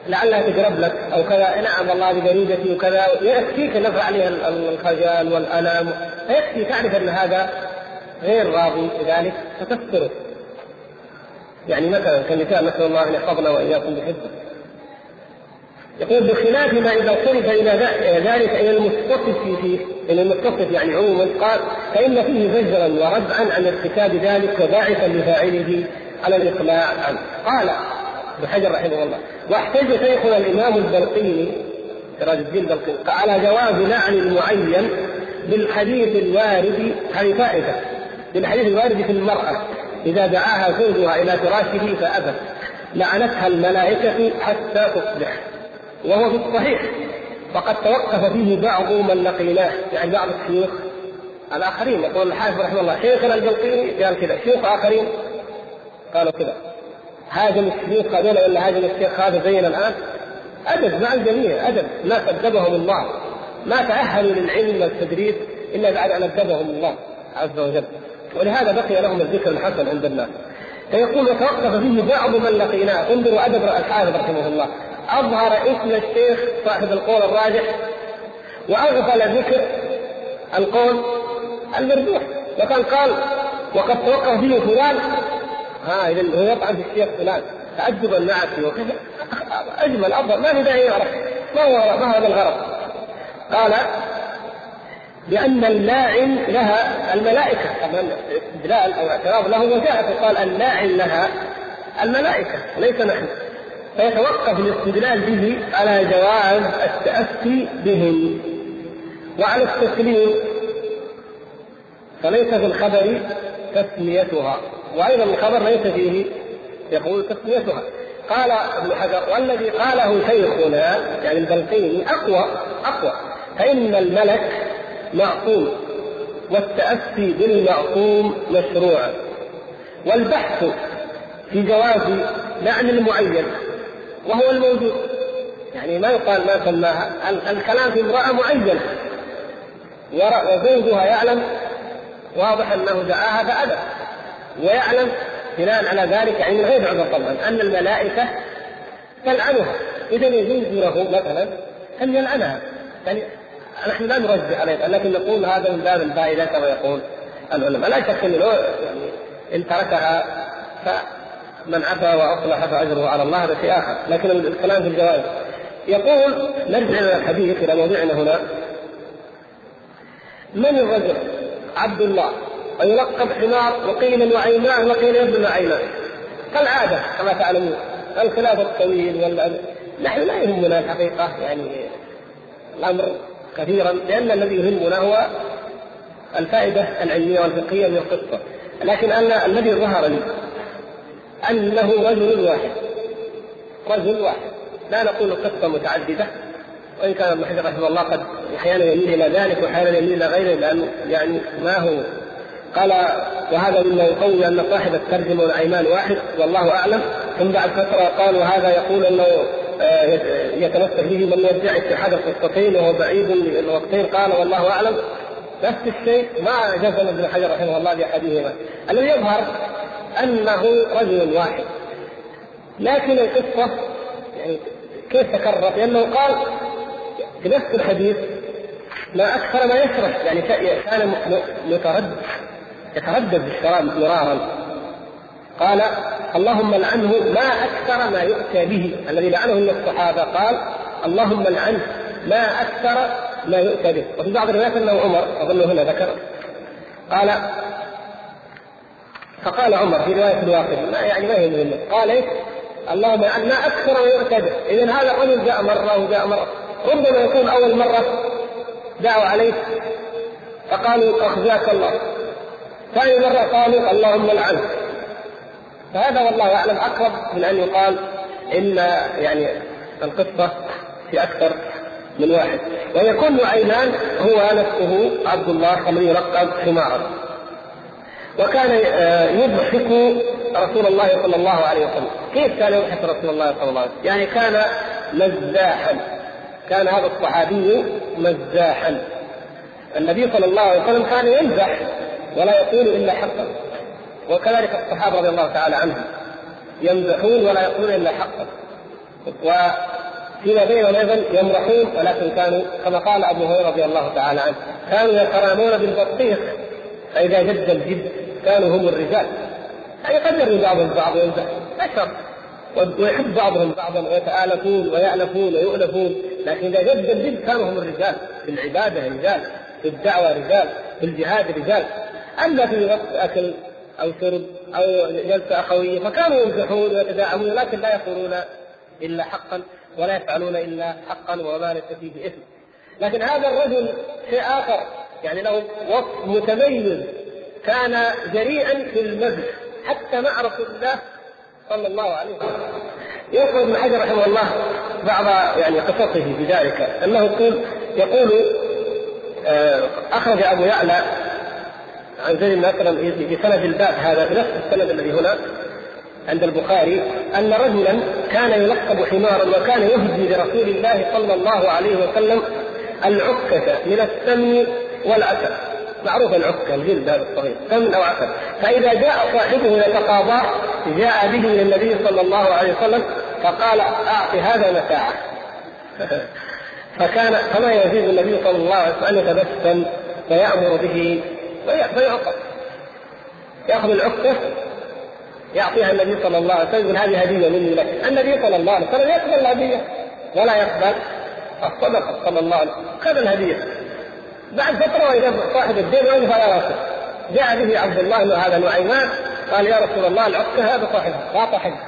لعلها تقرب لك أو كذا، نعم والله بجريدتي وكذا، يكفيك النفع عليها الخجل والألم، فيكفي تعرف أن هذا غير راضي بذلك فتستره. يعني مثلا كالنساء نسأل الله أن يحفظنا وإياكم بحفظه. يقول بخلاف ما إذا صرف إلى ذلك إلى المتصف فيه، إلى المتصف يعني عموما، قال فإن فيه زجرا وردعا عن ارتكاب ذلك وباعثا لفاعله على الإقلاع عنه. قال ابن حجر رحمه الله: واحتج شيخنا الإمام البلقيني سراج الدين البلقيني على جواز لعن المعين بالحديث الوارد، هذه فائدة، بالحديث الوارد في المرأة إذا دعاها زوجها إلى فراشه فأبت لعنتها الملائكة حتى تصبح، وهو في الصحيح، وقد توقف فيه بعض من لقيناه، يعني بعض الشيوخ الآخرين. يقول الحافظ رحمه الله: شيخنا البلقيني قال كذا، شيوخ آخرين قالوا كذا، هاجم الشيوخ هذول ولا هاجم الشيخ هذا زينا الآن. أدب مع الجميع، أدب، ما أدبهم الله، ما تأهلوا للعلم والتدريس إلا بعد أن أدبهم الله عز وجل، ولهذا بقي لهم الذكر الحسن عند الناس. فيقول: وتوقف فيه بعض من لقيناه. انظروا أدب الحافظ رحمه الله، أظهر اسم الشيخ صاحب القول الراجح وأغفل ذكر القول المرجوح. وكان قال وقد توقف فيه فلان، إذا هو يطعن في الشيخ فلان تعجبا معك وكذا، أجمل أفضل، ما في داعي يعرف ما هذا الغرض. قال: لأن اللاعن لها الملائكة، طبعا استدلال أو اعتراض له وجاء فقال اللاعن لها الملائكة وليس نحن، فيتوقف الاستدلال به على جواز التأسي بهم وعلى التسليم، فليس في الخبر تسميتها، وأيضا الخبر ليس فيه يقول تسميتها. قال ابن حجر: والذي قاله شيخنا يعني البلقيني أقوى، فإن الملك معصوم والتأسي بالمعصوم مشروع، والبحث في جواز لعن المعين وهو الموجود، يعني ما يقال ما سماها، الكلام في امرأة معينة وزوجها يعلم واضح أنه دعاها فأبى، ويعلم بناء على ذلك يعني من غير عذر طبعا أن الملائكة تلعنها، إذا يجوز له مثلا أن يلعنها. يعني نحن لا نرجع عليه، لكن نقول هذا من باب الفائدة كما يقول العلماء. لا شك أنه يعني إن تركها فمن عفا وأصلح فأجره على الله، هذا شيء آخر، لكن الكلام في الجواز. يقول نرجع إلى الحديث إلى موضوعنا هنا: من الرجل عبد الله ويلقب حمار وقيل نعيمان وقيل ابن نعيمان، كالعادة كما تعلمون الخلاف الطويل نحن لا يهمنا الحقيقة يعني الأمر كثيرا، لأن الذي يهمنا هو الفائدة العلمية والفقهية من القصة. لكن الذي ظهر لي أنه رجل واحد، لا نقول قصة متعددة، وإن كان ابن حجر رحمه الله قد أحيانا يميل إلى ذلك وأحيانا يميل إلى غيره، لأنه يعني ما هو قال وهذا مما يقوي أن صاحب الترجمة والأيمان واحد والله أعلم. ثم بعد فترة قال وهذا يقول أنه يتمسك به من يدعي اتحاد القصتين وهو بعيد للوقتين، قال والله أعلم. نفس الشيء ما جزم ابن حجر رحمه الله بأحدهما. الذي يظهر أنه رجل واحد، لكن القصة يعني كيف تكرر؟ لأنه قال في نفس الحديث ما أكثر ما يشرح، يعني كان يتردد بالشراب مرارا. قال اللهم لعنه ما أكثر ما يؤتى به، الذي لعنه من الصحابة قال اللهم لعنه ما أكثر ما يؤتى به. وفي بعض الروايات أنه عمر، أظن هنا ذكر، قال فقال عمر في رواية الواقف ما يهم، قال إيه اللهم لعنه ما أكثر ما يؤتى به. إذن هذا الرجل جاء مرة وجاء مرة، ربما يكون أول مرة دعوا عليه فقالوا أخزاك الله، ثاني مرة قالوا اللهم لعنه. فهذا والله أعلم أقرب من أن يقال إن يعني القصة في أكثر من واحد. ويكون نعيمان هو نفسه عبد الله الذي يلقب حمارا، وكان يضحك رسول الله صلى الله عليه وسلم. كيف كان يضحك رسول الله صلى الله عليه وسلم؟ يعني كان مزاحا، كان هذا الصحابي مزاحا. النبي صلى الله عليه وسلم كان يمزح ولا يقول إلا حقا، وكذلك الصحابة رضي الله تعالى عنهم يمزحون ولا يقولون إلا حقا. فيما بينهم أيضا يمرحون، ولكن كانوا كما قال أبو هريرة رضي الله تعالى عنه كانوا يترامون بالبطيخ، فإذا جد الجد كانوا هم الرجال. يعني قد يرمي بعضهم بعض ويمزح أشر ويحب بعضهم بعضا ويتآلفون ويألفون ويؤلفون، لكن إذا جد الجد كانوا هم الرجال، في العبادة رجال، في الدعوة رجال، في الجهاد رجال. أما في وقت أكل أو شرب أو جلسة أخوية فكانوا يمزحون ويتداعمون، لكن لا يقولون إلا حقا ولا يفعلون إلا حقا وما ليس فيه إثم. لكن هذا الرجل شيء آخر، يعني له وصف متميز، كان جريئا في المزح حتى مع رسول الله صلى الله عليه وسلم. يذكر ابن حجر رحمه الله بعض يعني قصصه بذلك، أنه يقول أخرج أبو يعلى عن زيد بن أسلم بسند الباب هذا بنفس السند الذي هنا عند البخاري، أن رجلا كان يلقب حمارا وكان يهدي لرسول الله صلى الله عليه وسلم العكة من السمن والعسل. معروف العكة الجلد هذا الصغير، سمن أو عسل. فإذا جاء صاحبه يتقاضى جاء به إلى النبي صلى الله عليه وسلم فقال أعط هذا متاعه. فما يزيد النبي صلى الله عليه وسلم أن يتبسم فيأمر به فيعطى، يأخذ العكة يعطيها النبي صلى الله عليه وسلم، هذه هدية مني لك. النبي صلى الله عليه وسلم يقبل الهدية ولا يقبل الصدقة صلى الله عليه وسلم، خذ الهدية. بعد فترة وإذا صاحب الدين وقف على رأسه، جاء به عبد الله بن هذا نعيمان قال يا رسول الله العكة هذا صاحبها أعطى حق.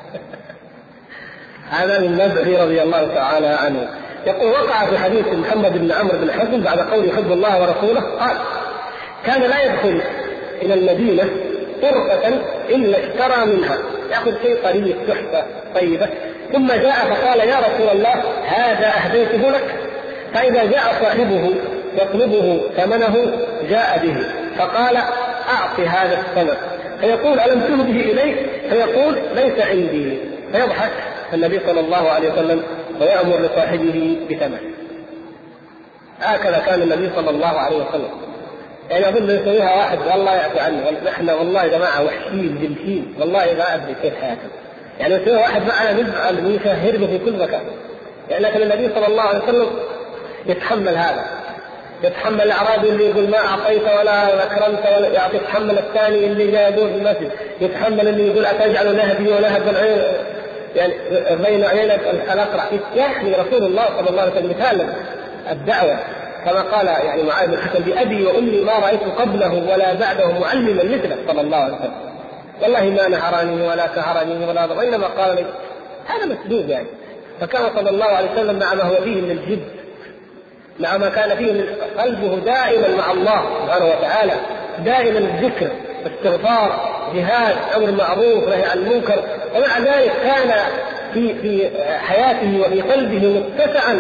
هذا من نبعه رضي الله تعالى عنه. يقول وقع في حديث محمد بن عمرو بن حزم بعد قول يحب الله ورسوله قال كان لا يدخل إلى المدينة طرفة إلا اشترى منها، يأخذ شيء قليل تحفة طيبة، ثم جاء فقال يا رسول الله هذا أهديته لك. فإذا جاء صاحبه يطلبه ثمنه جاء به فقال أعط هذا الثمن، فيقول ألم تهده إليه؟ فيقول ليس عندي، فيضحك النبي صلى الله عليه وسلم ويأمر لصاحبه بثمنه. هكذا كان النبي صلى الله عليه وسلم. يعني أظن يسويها واحد والله يعفو عنه، نحن والله يا جماعة وحشين جلسين والله ما أدري كيف حياتنا، يعني يسويها واحد معنا نزعل ويشهرنا في كل مكان. يعني لكن النبي صلى الله عليه وسلم يتحمل هذا، يتحمل الأعرابي اللي يقول ما أعطيت ولا أكرمت ولا يعطي، يتحمل الثاني اللي جاء يدور في المسجد، يتحمل اللي يقول أتجعل نهبي ونهب العين يعني بين عينك الأقرع. يحمي رسول الله صلى الله عليه وسلم مثالا الدعوة كما قال يعني معاذ بن الحكم بأبي وأمي ما رأيت قبله ولا بعده معلما مثله صلى الله عليه وسلم، والله ما نهرني ولا كهرني ولا ضر، وإنما قال لي هذا مسدود يعني. فكان صلى الله عليه وسلم مع ما هو فيه من الجد، مع ما كان فيه من قلبه دائما مع الله سبحانه وتعالى، دائما الذكر استغفار جهاد أمر معروف نهي عن المنكر، ومع ذلك كان في حياته وفي قلبه متسعا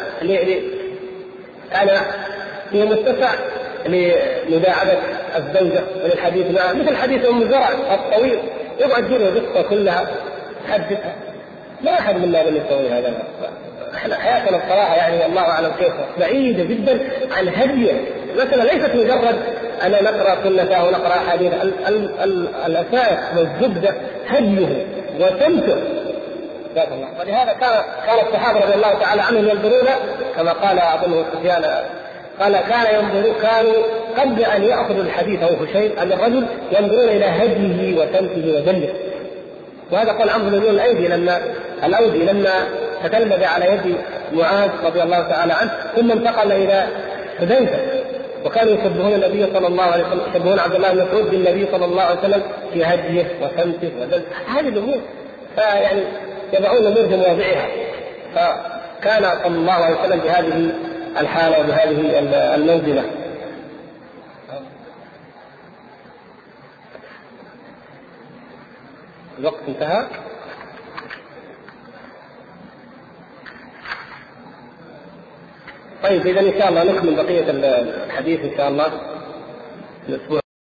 كان في متسع لمداعبة الزوجة وللحديث معها، مثل حديث أم زرع الطويل يقعد جيله قصة كلها حدثها. ما أحد منا من يسوي هذا. احنا حياتنا الصراحة يعني والله أعلم كيف بعيدة جدا عن هديه. مثلا ليست مجرد أنا نقرأ سنة أو نقرأ حديث، الأساس والزبدة هديه وسمته. ولهذا كان الصحابة رضي الله تعالى عنهم ينظرون كما قال أظنه سفيان قال كانوا قبل أن يأخذوا الحديث أو هشيم أن الرجل ينظرون إلى هديه وسمته ودله. وهذا قال عمرو بن الأودي لما تتلمذ على يد معاذ رضي الله تعالى عنه ثم انتقل إلى حذيفة، وكانوا يشبهون النبي صلى الله عليه وسلم، يشبهون عبد الله بن مسعود بالنبي صلى الله عليه وسلم في هديه وسمته ودله. هذه الأمور فيعني يضعون الأمور في مواضعها. فكان صلى الله عليه وسلم بهذه الحالة وبهذه المنزلة. الوقت انتهى. طيب إذا إن شاء الله نكمل بقية الحديث إن شاء الله الأسبوع